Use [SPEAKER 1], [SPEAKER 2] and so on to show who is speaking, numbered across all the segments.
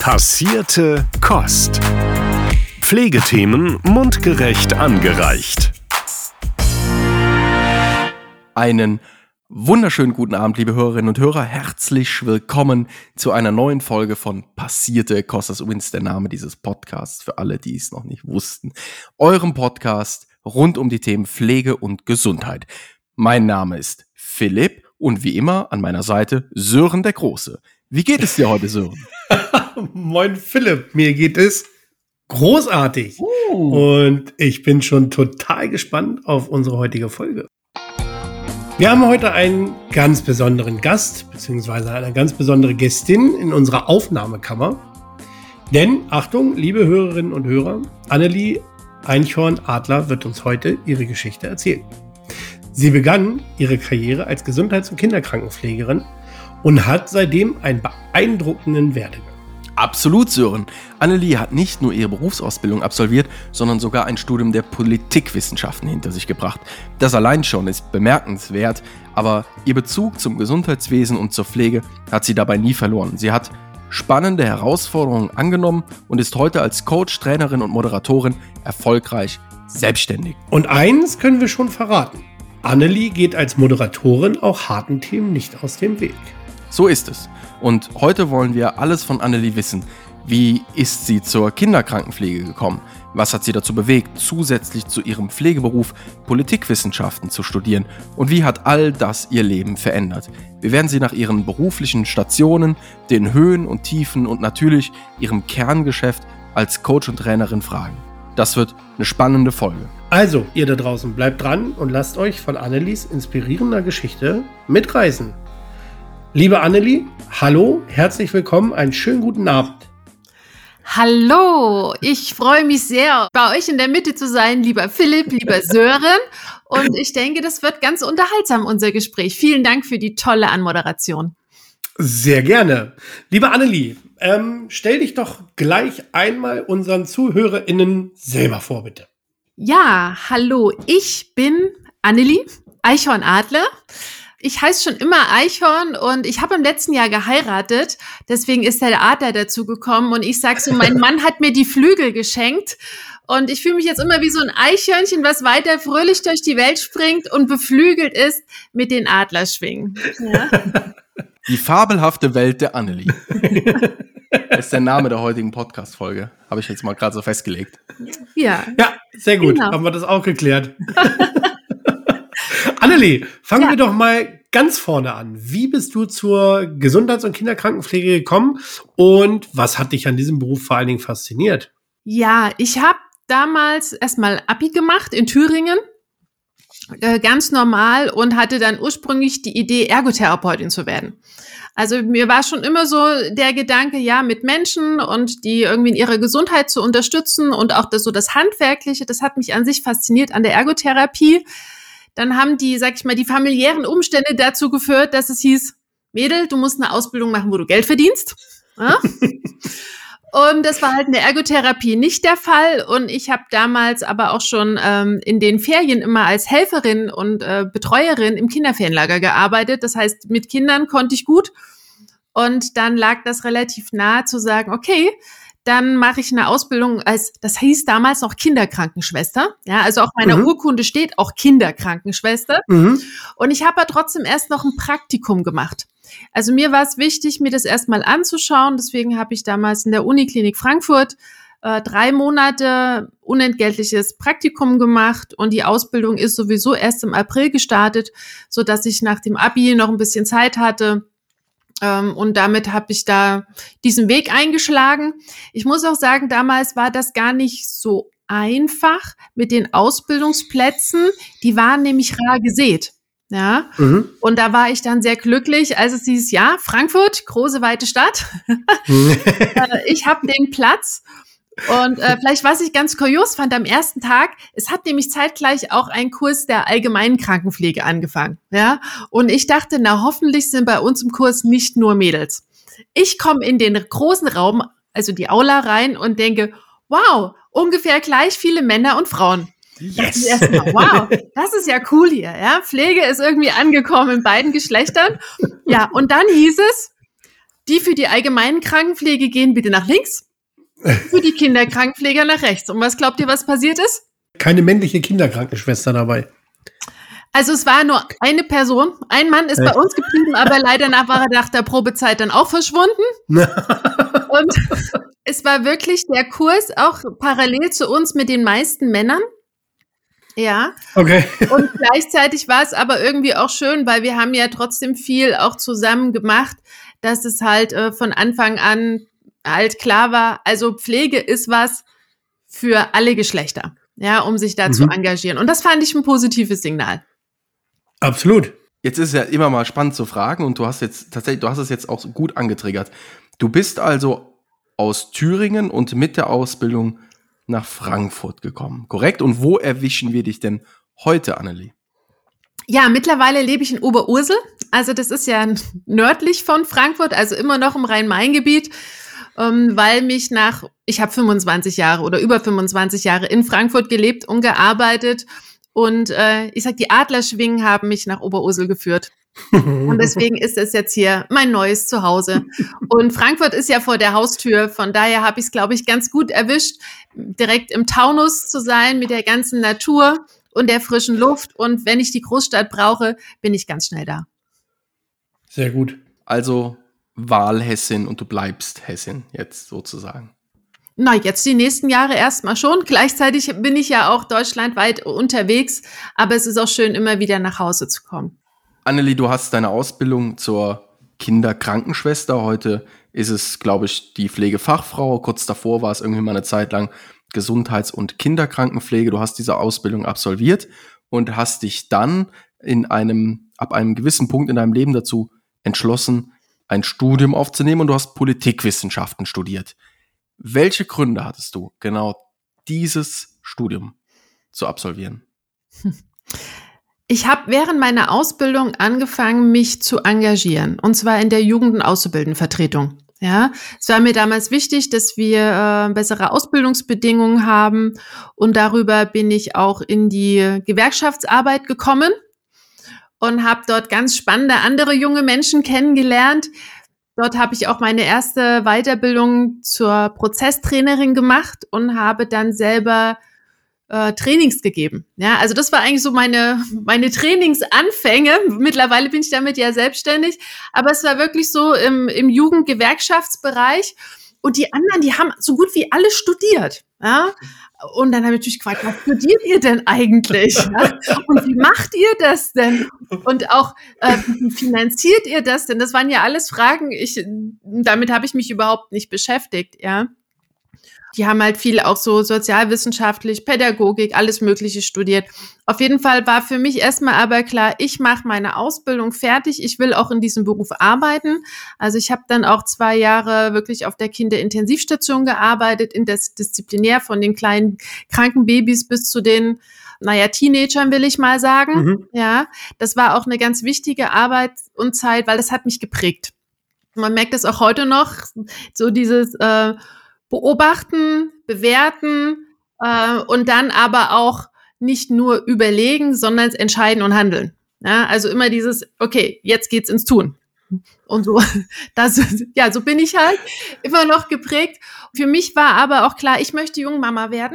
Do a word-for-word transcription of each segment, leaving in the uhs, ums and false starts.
[SPEAKER 1] Passierte Kost. Pflegethemen mundgerecht angereicht.
[SPEAKER 2] Einen wunderschönen guten Abend, liebe Hörerinnen und Hörer. Herzlich willkommen zu einer neuen Folge von Passierte Kost. Das ist übrigens der Name dieses Podcasts, für alle, die es noch nicht wussten. Eurem Podcast rund um die Themen Pflege und Gesundheit. Mein Name ist Philipp und wie immer an meiner Seite Sören der Große. Wie geht es dir heute, Sören?
[SPEAKER 3] Moin Philipp, mir geht es großartig. Uh. Und ich bin schon total gespannt auf unsere heutige Folge. Wir haben heute einen ganz besonderen Gast, beziehungsweise eine ganz besondere Gästin in unserer Aufnahmekammer. Denn, Achtung, liebe Hörerinnen und Hörer, Annelie Einhorn-Adler wird uns heute ihre Geschichte erzählen. Sie begann ihre Karriere als Gesundheits- und Kinderkrankenpflegerin und hat seitdem einen beeindruckenden Werdegang.
[SPEAKER 2] Absolut, Sören. Annelie hat nicht nur ihre Berufsausbildung absolviert, sondern sogar ein Studium der Politikwissenschaften hinter sich gebracht. Das allein schon ist bemerkenswert, aber ihr Bezug zum Gesundheitswesen und zur Pflege hat sie dabei nie verloren. Sie hat spannende Herausforderungen angenommen und ist heute als Coach, Trainerin und Moderatorin erfolgreich selbstständig.
[SPEAKER 3] Und eins können wir schon verraten. Annelie geht als Moderatorin auch harten Themen nicht aus dem Weg.
[SPEAKER 2] So ist es. Und heute wollen wir alles von Annelie wissen. Wie ist sie zur Kinderkrankenpflege gekommen? Was hat sie dazu bewegt, zusätzlich zu ihrem Pflegeberuf Politikwissenschaften zu studieren? Und wie hat all das ihr Leben verändert? Wir werden sie nach ihren beruflichen Stationen, den Höhen und Tiefen und natürlich ihrem Kerngeschäft als Coach und Trainerin fragen. Das wird eine spannende Folge.
[SPEAKER 3] Also, ihr da draußen, bleibt dran und lasst euch von Annelies inspirierender Geschichte mitreißen. Liebe Annelie, hallo, herzlich willkommen, einen schönen guten Abend.
[SPEAKER 4] Hallo, ich freue mich sehr, bei euch in der Mitte zu sein, lieber Philipp, lieber Sören. Und ich denke, das wird ganz unterhaltsam, unser Gespräch. Vielen Dank für die tolle Anmoderation.
[SPEAKER 3] Sehr gerne. Liebe Annelie, ähm, stell dich doch gleich einmal unseren ZuhörerInnen selber vor, bitte.
[SPEAKER 4] Ja, hallo, ich bin Annelie Einhorn-Adler. Ich heiße schon immer Eichhorn und ich habe im letzten Jahr geheiratet, deswegen ist der Adler dazu gekommen und ich sage so, mein Mann hat mir die Flügel geschenkt und ich fühle mich jetzt immer wie so ein Eichhörnchen, was weiter fröhlich durch die Welt springt und beflügelt ist mit den Adlerschwingen. Ja.
[SPEAKER 2] Die fabelhafte Welt der Annelie. Das ist der Name der heutigen Podcast-Folge, habe ich jetzt mal gerade so festgelegt.
[SPEAKER 4] Ja.
[SPEAKER 3] Ja, sehr gut, genau. Haben wir das auch geklärt. Annelie, fangen ja. wir doch mal ganz vorne an. Wie bist du zur Gesundheits- und Kinderkrankenpflege gekommen und was hat dich an diesem Beruf vor allen Dingen fasziniert?
[SPEAKER 4] Ja, ich habe damals erstmal Abi gemacht in Thüringen, äh, ganz normal und hatte dann ursprünglich die Idee, Ergotherapeutin zu werden. Also mir war schon immer so der Gedanke, ja, mit Menschen und die irgendwie in ihrer Gesundheit zu unterstützen und auch das so das Handwerkliche, das hat mich an sich fasziniert an der Ergotherapie. Dann haben die, sag ich mal, die familiären Umstände dazu geführt, dass es hieß, Mädel, du musst eine Ausbildung machen, wo du Geld verdienst. Ja? Und das war halt in der Ergotherapie nicht der Fall. Und ich habe damals aber auch schon ähm, in den Ferien immer als Helferin und äh, Betreuerin im Kinderferienlager gearbeitet. Das heißt, mit Kindern konnte ich gut. Und dann lag das relativ nahe zu sagen, okay, dann mache ich eine Ausbildung als, das hieß damals noch Kinderkrankenschwester. Ja, also auf meiner mhm. Urkunde steht auch Kinderkrankenschwester. Mhm. Und ich habe aber trotzdem erst noch ein Praktikum gemacht. Also mir war es wichtig, mir das erstmal anzuschauen. Deswegen habe ich damals in der Uniklinik Frankfurt äh, drei Monate unentgeltliches Praktikum gemacht. Und die Ausbildung ist sowieso erst im April gestartet, sodass ich nach dem Abi noch ein bisschen Zeit hatte. Und damit habe ich da diesen Weg eingeschlagen. Ich muss auch sagen, damals war das gar nicht so einfach mit den Ausbildungsplätzen. Die waren nämlich rar gesät. Ja, mhm. Und da war ich dann sehr glücklich, als es hieß, ja, Frankfurt, große, weite Stadt. Ich habe den Platz. Und äh, vielleicht, was ich ganz kurios fand am ersten Tag, es hat nämlich zeitgleich auch ein Kurs der allgemeinen Krankenpflege angefangen. Ja, und ich dachte, na hoffentlich sind bei uns im Kurs nicht nur Mädels. Ich komme in den großen Raum, also die Aula rein und denke, wow, ungefähr gleich viele Männer und Frauen. Yes. Erstmal, wow, das ist ja cool hier. Ja, Pflege ist irgendwie angekommen in beiden Geschlechtern. Ja, und dann hieß es, die für die allgemeine Krankenpflege gehen bitte nach links, für die Kinderkrankenpfleger nach rechts. Und was glaubt ihr, was passiert ist?
[SPEAKER 3] Keine männliche Kinderkrankenschwester dabei.
[SPEAKER 4] Also es war nur eine Person. Ein Mann ist bei uns geblieben, aber leider nach, war er nach der Probezeit dann auch verschwunden. Und es war wirklich der Kurs auch parallel zu uns mit den meisten Männern. Ja.
[SPEAKER 3] Okay.
[SPEAKER 4] Und gleichzeitig war es aber irgendwie auch schön, weil wir haben ja trotzdem viel auch zusammen gemacht, dass es halt äh, von Anfang an halt klar war, also Pflege ist was für alle Geschlechter, ja, um sich da mhm. zu engagieren. Und das fand ich ein positives Signal.
[SPEAKER 3] Absolut.
[SPEAKER 2] Jetzt ist es ja immer mal spannend zu fragen und du hast jetzt tatsächlich, du hast es jetzt auch gut angetriggert. Du bist also aus Thüringen und mit der Ausbildung nach Frankfurt gekommen, korrekt? Und wo erwischen wir dich denn heute, Annelie?
[SPEAKER 4] Ja, mittlerweile lebe ich in Oberursel. Also das ist ja nördlich von Frankfurt, also immer noch im Rhein-Main-Gebiet, ähm, weil mich nach, ich habe fünfundzwanzig Jahre oder über fünfundzwanzig Jahre in Frankfurt gelebt und gearbeitet. Und äh, ich sag, die Adlerschwingen haben mich nach Oberursel geführt. Und deswegen ist es jetzt hier mein neues Zuhause. Und Frankfurt ist ja vor der Haustür. Von daher habe ich es, glaube ich, ganz gut erwischt, direkt im Taunus zu sein mit der ganzen Natur und der frischen Luft. Und wenn ich die Großstadt brauche, bin ich ganz schnell da.
[SPEAKER 3] Sehr gut.
[SPEAKER 2] Also Wahlhessin und du bleibst Hessin jetzt sozusagen.
[SPEAKER 4] Na, jetzt die nächsten Jahre erstmal schon. Gleichzeitig bin ich ja auch deutschlandweit unterwegs. Aber es ist auch schön, immer wieder nach Hause zu kommen.
[SPEAKER 2] Annelie, du hast deine Ausbildung zur Kinderkrankenschwester. Heute ist es, glaube ich, die Pflegefachfrau. Kurz davor war es irgendwie mal eine Zeit lang Gesundheits- und Kinderkrankenpflege. Du hast diese Ausbildung absolviert und hast dich dann in einem, ab einem gewissen Punkt in deinem Leben dazu entschlossen, ein Studium aufzunehmen und du hast Politikwissenschaften studiert. Welche Gründe hattest du, genau dieses Studium zu absolvieren?
[SPEAKER 4] Ich habe während meiner Ausbildung angefangen, mich zu engagieren, und zwar in der Jugend- und Auszubildendenvertretung. Ja, es war mir damals wichtig, dass wir äh, bessere Ausbildungsbedingungen haben, und darüber bin ich auch in die Gewerkschaftsarbeit gekommen und habe dort ganz spannende andere junge Menschen kennengelernt. Dort habe ich auch meine erste Weiterbildung zur Prozesstrainerin gemacht und habe dann selber äh, Trainings gegeben. Ja, also das war eigentlich so meine meine Trainingsanfänge. Mittlerweile bin ich damit ja selbstständig, aber es war wirklich so im im Jugendgewerkschaftsbereich. Und die anderen, die haben so gut wie alle studiert. Ja? Und dann habe ich natürlich gefragt, was studiert ihr denn eigentlich? Ja? Und wie macht ihr das denn? Und auch, äh, wie finanziert ihr das denn? Das waren ja alles Fragen, ich, damit habe ich mich überhaupt nicht beschäftigt. Ja. Die haben halt viel auch so sozialwissenschaftlich, Pädagogik, alles Mögliche studiert. Auf jeden Fall war für mich erstmal aber klar, ich mache meine Ausbildung fertig. Ich will auch in diesem Beruf arbeiten. Also ich habe dann auch zwei Jahre wirklich auf der Kinderintensivstation gearbeitet, interdisziplinär von den kleinen kranken Babys bis zu den, naja, Teenagern will ich mal sagen. Mhm. Ja, das war auch eine ganz wichtige Arbeit und Zeit, weil das hat mich geprägt. Man merkt das auch heute noch, so dieses äh, Beobachten, bewerten äh, und dann aber auch nicht nur überlegen, sondern entscheiden und handeln. Ja, also immer dieses, okay, jetzt geht's ins Tun. Und so, das, ja, so bin ich halt immer noch geprägt. Für mich war aber auch klar, ich möchte Jungmama werden.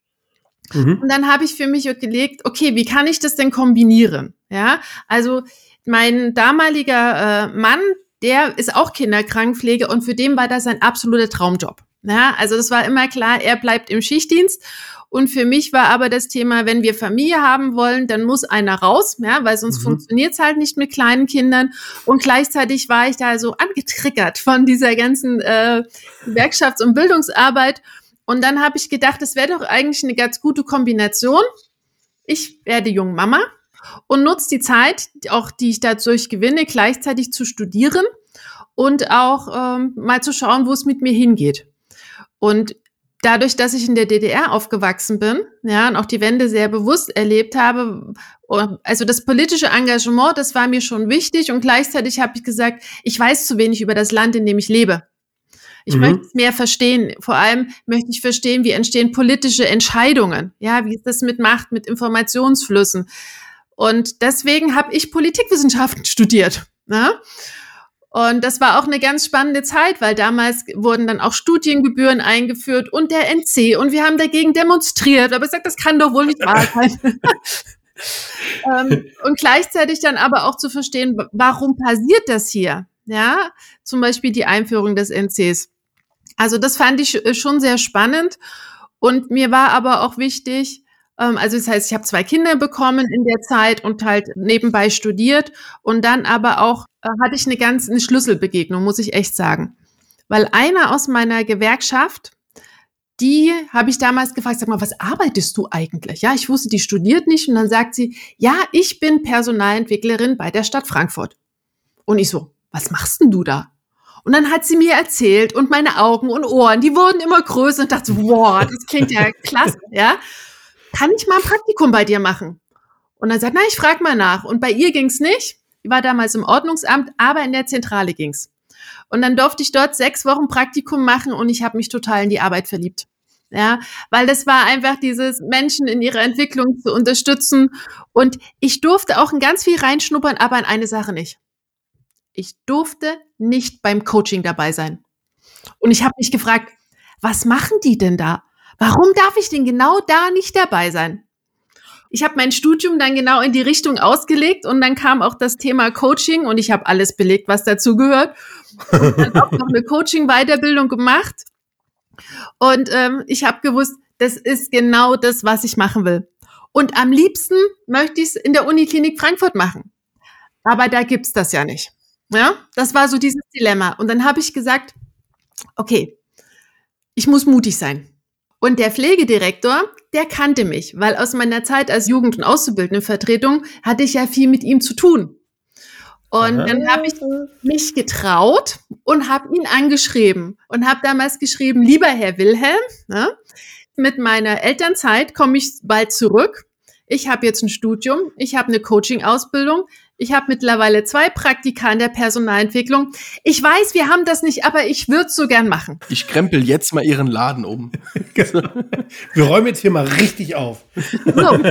[SPEAKER 4] Mhm. Und dann habe ich für mich gelegt, okay, wie kann ich das denn kombinieren? Ja, also mein damaliger äh, Mann, der ist auch Kinderkrankenpflege und für den war das ein absoluter Traumjob. Ja, also das war immer klar, er bleibt im Schichtdienst. Und für mich war aber das Thema, wenn wir Familie haben wollen, dann muss einer raus, ja, weil sonst mhm. funktioniert es halt nicht mit kleinen Kindern. Und gleichzeitig war ich da so angetriggert von dieser ganzen äh, Gewerkschafts- und Bildungsarbeit. Und dann habe ich gedacht, das wäre doch eigentlich eine ganz gute Kombination. Ich werde Jungmama und nutze die Zeit, auch die ich dadurch gewinne, gleichzeitig zu studieren und auch ähm, mal zu schauen, wo es mit mir hingeht. Und dadurch, dass ich in der D D R aufgewachsen bin, ja, und auch die Wende sehr bewusst erlebt habe, also das politische Engagement, das war mir schon wichtig, und gleichzeitig habe ich gesagt, ich weiß zu wenig über das Land, in dem ich lebe. Ich mhm. möchte es mehr verstehen. Vor allem möchte ich verstehen, wie entstehen politische Entscheidungen, ja, wie ist das mit Macht, mit Informationsflüssen. Und deswegen habe ich Politikwissenschaften studiert, ja. Und das war auch eine ganz spannende Zeit, weil damals wurden dann auch Studiengebühren eingeführt und der N C und wir haben dagegen demonstriert. Aber ich sage, das kann doch wohl nicht wahr sein. ähm, und gleichzeitig dann aber auch zu verstehen, warum passiert das hier? Ja, zum Beispiel die Einführung des N Cs. Also das fand ich schon sehr spannend und mir war aber auch wichtig, ähm, also das heißt, ich habe zwei Kinder bekommen in der Zeit und halt nebenbei studiert und dann aber auch äh, hatte ich eine ganz eine Schlüsselbegegnung, muss ich echt sagen. Weil einer aus meiner Gewerkschaft, die habe ich damals gefragt, sag mal, was arbeitest du eigentlich? Ja, ich wusste, die studiert nicht und dann sagt sie, ja, ich bin Personalentwicklerin bei der Stadt Frankfurt. Und ich so, was machst denn du da? Und dann hat sie mir erzählt und meine Augen und Ohren, die wurden immer größer und dachte so, wow, das klingt ja klasse, ja. Kann ich mal ein Praktikum bei dir machen? Und dann sagt, na, ich frage mal nach. Und bei ihr ging's nicht. Die war damals im Ordnungsamt, aber in der Zentrale ging's. Und dann durfte ich dort sechs Wochen Praktikum machen und ich habe mich total in die Arbeit verliebt. Ja, weil das war einfach dieses Menschen in ihrer Entwicklung zu unterstützen. Und ich durfte auch in ganz viel reinschnuppern, aber in eine Sache nicht. Ich durfte nicht beim Coaching dabei sein. Und ich habe mich gefragt, was machen die denn da? Warum darf ich denn genau da nicht dabei sein? Ich habe mein Studium dann genau in die Richtung ausgelegt und dann kam auch das Thema Coaching und ich habe alles belegt, was dazu gehört. Und dann auch noch eine Coaching-Weiterbildung gemacht. Und ähm, ich habe gewusst, das ist genau das, was ich machen will. Und am liebsten möchte ich es in der Uniklinik Frankfurt machen. Aber da gibt's das ja nicht. Ja, das war so dieses Dilemma. Und dann habe ich gesagt, okay, ich muss mutig sein. Und der Pflegedirektor, der kannte mich, weil aus meiner Zeit als Jugend- und Auszubildendenvertretung hatte ich ja viel mit ihm zu tun. Und Aha. dann habe ich mich getraut und habe ihn angeschrieben und habe damals geschrieben, lieber Herr Wilhelm, ne, mit meiner Elternzeit komme ich bald zurück. Ich habe jetzt ein Studium, ich habe eine Coaching-Ausbildung, ich habe mittlerweile zwei Praktika in der Personalentwicklung. Ich weiß, wir haben das nicht, aber ich würde es so gern machen.
[SPEAKER 2] Ich krempel jetzt mal Ihren Laden um.
[SPEAKER 3] Wir räumen jetzt hier mal richtig auf.
[SPEAKER 4] So. Und dann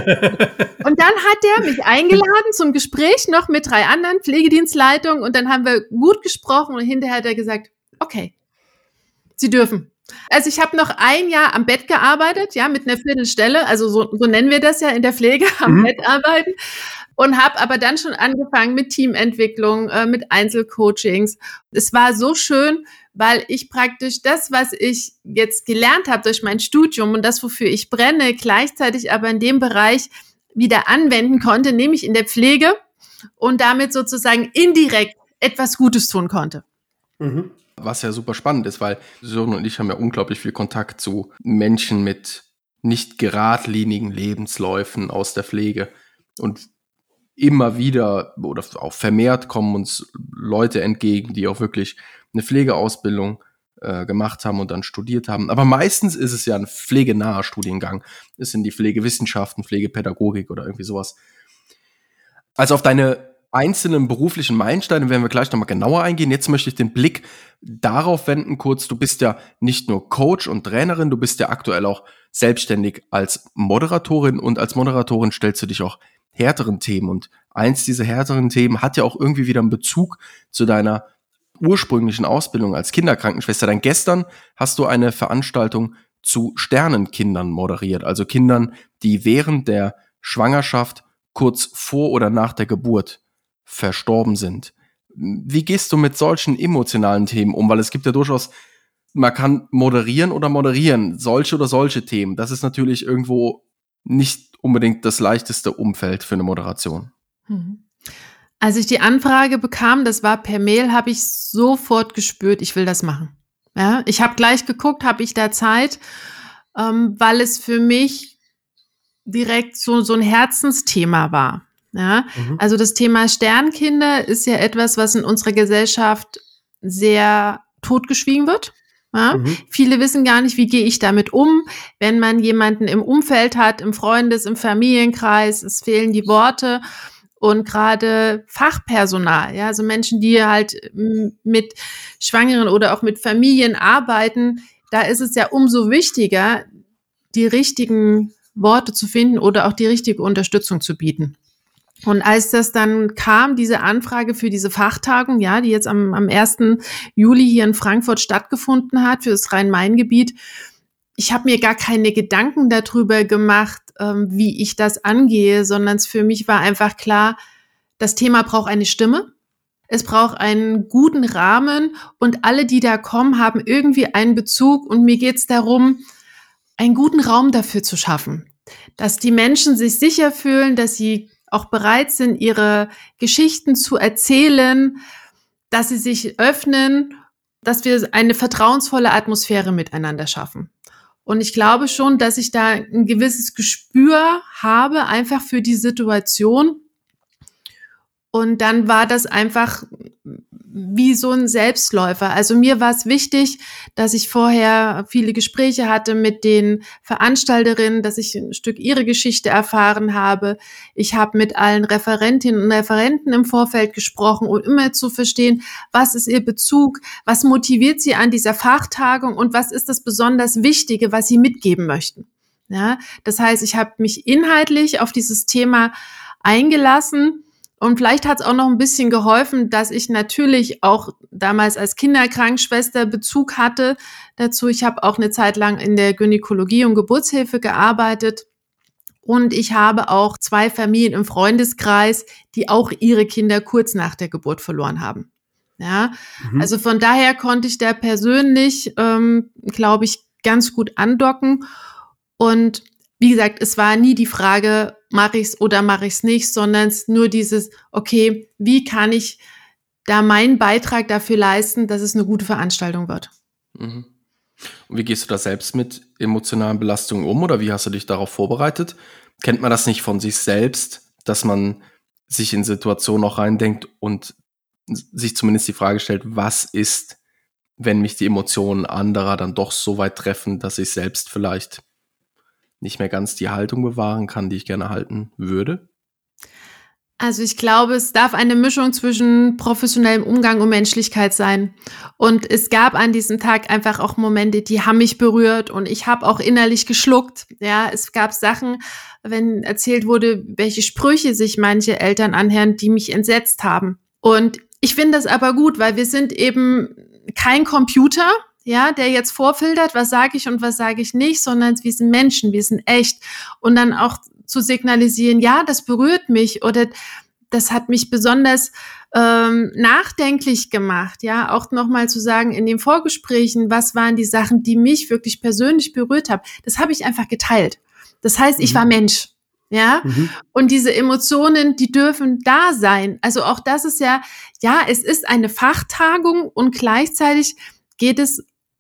[SPEAKER 4] hat er mich eingeladen zum Gespräch noch mit drei anderen Pflegedienstleitungen und dann haben wir gut gesprochen und hinterher hat er gesagt, okay, Sie dürfen. Also ich habe noch ein Jahr am Bett gearbeitet, ja, mit einer Viertelstelle, also so, so nennen wir das ja in der Pflege, am mhm. Bett arbeiten. Und habe aber dann schon angefangen mit Teamentwicklung, äh, mit Einzelcoachings. Es war so schön, weil ich praktisch das, was ich jetzt gelernt habe durch mein Studium und das, wofür ich brenne, gleichzeitig aber in dem Bereich wieder anwenden konnte, nämlich in der Pflege und damit sozusagen indirekt etwas Gutes tun konnte.
[SPEAKER 2] Mhm. Was ja super spannend ist, weil Sören und ich haben ja unglaublich viel Kontakt zu Menschen mit nicht geradlinigen Lebensläufen aus der Pflege und immer wieder oder auch vermehrt kommen uns Leute entgegen, die auch wirklich eine Pflegeausbildung äh, gemacht haben und dann studiert haben. Aber meistens ist es ja ein pflegenaher Studiengang. Es sind die Pflegewissenschaften, Pflegepädagogik oder irgendwie sowas. Also auf deine einzelnen beruflichen Meilensteine werden wir gleich nochmal genauer eingehen. Jetzt möchte ich den Blick darauf wenden, kurz, du bist ja nicht nur Coach und Trainerin, du bist ja aktuell auch selbstständig als Moderatorin und als Moderatorin stellst du dich auch härteren Themen. Und eins dieser härteren Themen hat ja auch irgendwie wieder einen Bezug zu deiner ursprünglichen Ausbildung als Kinderkrankenschwester. Denn gestern hast du eine Veranstaltung zu Sternenkindern moderiert, also Kindern, die während der Schwangerschaft kurz vor oder nach der Geburt verstorben sind. Wie gehst du mit solchen emotionalen Themen um? Weil es gibt ja durchaus, man kann moderieren oder moderieren, solche oder solche Themen. Das ist natürlich irgendwo nicht unbedingt das leichteste Umfeld für eine Moderation.
[SPEAKER 4] Als ich die Anfrage bekam, das war per Mail, habe ich sofort gespürt, ich will das machen. Ja, ich habe gleich geguckt, habe ich da Zeit, ähm, weil es für mich direkt so, so ein Herzensthema war. Ja, mhm. Also das Thema Sternkinder ist ja etwas, was in unserer Gesellschaft sehr totgeschwiegen wird. Ja? Mhm. Viele wissen gar nicht, wie gehe ich damit um, wenn man jemanden im Umfeld hat, im Freundes-, im Familienkreis, es fehlen die Worte und gerade Fachpersonal, ja, also Menschen, die halt mit Schwangeren oder auch mit Familien arbeiten, da ist es ja umso wichtiger, die richtigen Worte zu finden oder auch die richtige Unterstützung zu bieten. Und als das dann kam, diese Anfrage für diese Fachtagung, ja, die jetzt am, am ersten Juli hier in Frankfurt stattgefunden hat, für das Rhein-Main-Gebiet, ich habe mir gar keine Gedanken darüber gemacht, ähm, wie ich das angehe, sondern es für mich war einfach klar, das Thema braucht eine Stimme. Es braucht einen guten Rahmen und alle, die da kommen, haben irgendwie einen Bezug. Und mir geht es darum, einen guten Raum dafür zu schaffen, dass die Menschen sich sicher fühlen, dass sie auch bereit sind, ihre Geschichten zu erzählen, dass sie sich öffnen, dass wir eine vertrauensvolle Atmosphäre miteinander schaffen. Und ich glaube schon, dass ich da ein gewisses Gespür habe, einfach für die Situation. Und dann war das einfach wie so ein Selbstläufer. Also mir war es wichtig, dass ich vorher viele Gespräche hatte mit den Veranstalterinnen, dass ich ein Stück ihre Geschichte erfahren habe. Ich habe mit allen Referentinnen und Referenten im Vorfeld gesprochen, um immer zu verstehen, was ist ihr Bezug, was motiviert sie an dieser Fachtagung und was ist das besonders Wichtige, was sie mitgeben möchten. Ja, das heißt, ich habe mich inhaltlich auf dieses Thema eingelassen. Und vielleicht hat es auch noch ein bisschen geholfen, dass ich natürlich auch damals als Kinderkrankenschwester Bezug hatte dazu. Ich habe auch eine Zeit lang in der Gynäkologie und Geburtshilfe gearbeitet. Und ich habe auch zwei Familien im Freundeskreis, die auch ihre Kinder kurz nach der Geburt verloren haben. Ja, mhm. Also von daher konnte ich da persönlich, ähm, glaube ich, ganz gut andocken. Und wie gesagt, es war nie die Frage, mache ich es oder mache ich es nicht, sondern es nur dieses, okay, wie kann ich da meinen Beitrag dafür leisten, dass es eine gute Veranstaltung wird.
[SPEAKER 2] Mhm. Und wie gehst du da selbst mit emotionalen Belastungen um oder wie hast du dich darauf vorbereitet? Kennt man das nicht von sich selbst, dass man sich in Situationen auch reindenkt und sich zumindest die Frage stellt, was ist, wenn mich die Emotionen anderer dann doch so weit treffen, dass ich selbst vielleicht nicht mehr ganz die Haltung bewahren kann, die ich gerne halten würde?
[SPEAKER 4] Also ich glaube, es darf eine Mischung zwischen professionellem Umgang und Menschlichkeit sein. Und es gab an diesem Tag einfach auch Momente, die haben mich berührt und ich habe auch innerlich geschluckt. Ja, es gab Sachen, wenn erzählt wurde, welche Sprüche sich manche Eltern anhören, die mich entsetzt haben. Und ich finde das aber gut, weil wir sind eben kein Computer, ja, der jetzt vorfiltert, was sage ich und was sage ich nicht, sondern wir sind Menschen, wir sind echt. Und dann auch zu signalisieren, ja, das berührt mich oder das hat mich besonders ähm, nachdenklich gemacht, ja, auch nochmal zu sagen in den Vorgesprächen, was waren die Sachen, die mich wirklich persönlich berührt haben, das habe ich einfach geteilt. Das heißt, ich mhm. war Mensch, ja, mhm. und diese Emotionen, die dürfen da sein. Also auch das ist ja, ja, es ist eine Fachtagung und gleichzeitig geht es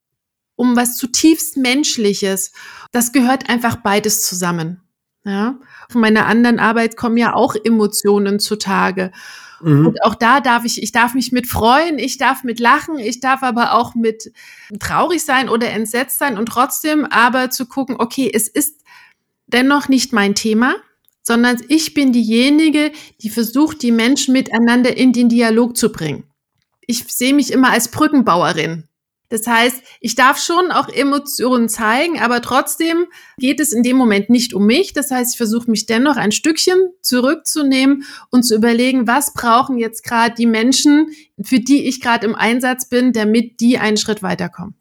[SPEAKER 4] um was zutiefst Menschliches. Das gehört einfach beides zusammen. Ja, von meiner anderen Arbeit kommen ja auch Emotionen zutage. Mhm. Und auch da darf ich, ich darf mich mit freuen, ich darf mit lachen, ich darf aber auch mit traurig sein oder entsetzt sein und trotzdem aber zu gucken, okay, es ist dennoch nicht mein Thema, sondern ich bin diejenige, die versucht, die Menschen miteinander in den Dialog zu bringen. Ich sehe mich immer als Brückenbauerin. Das heißt, ich darf schon auch Emotionen zeigen, aber trotzdem geht es in dem Moment nicht um mich. Das heißt, ich versuche mich dennoch ein Stückchen zurückzunehmen und zu überlegen, was brauchen jetzt gerade die Menschen, für die ich gerade im Einsatz bin, damit die einen Schritt weiterkommen.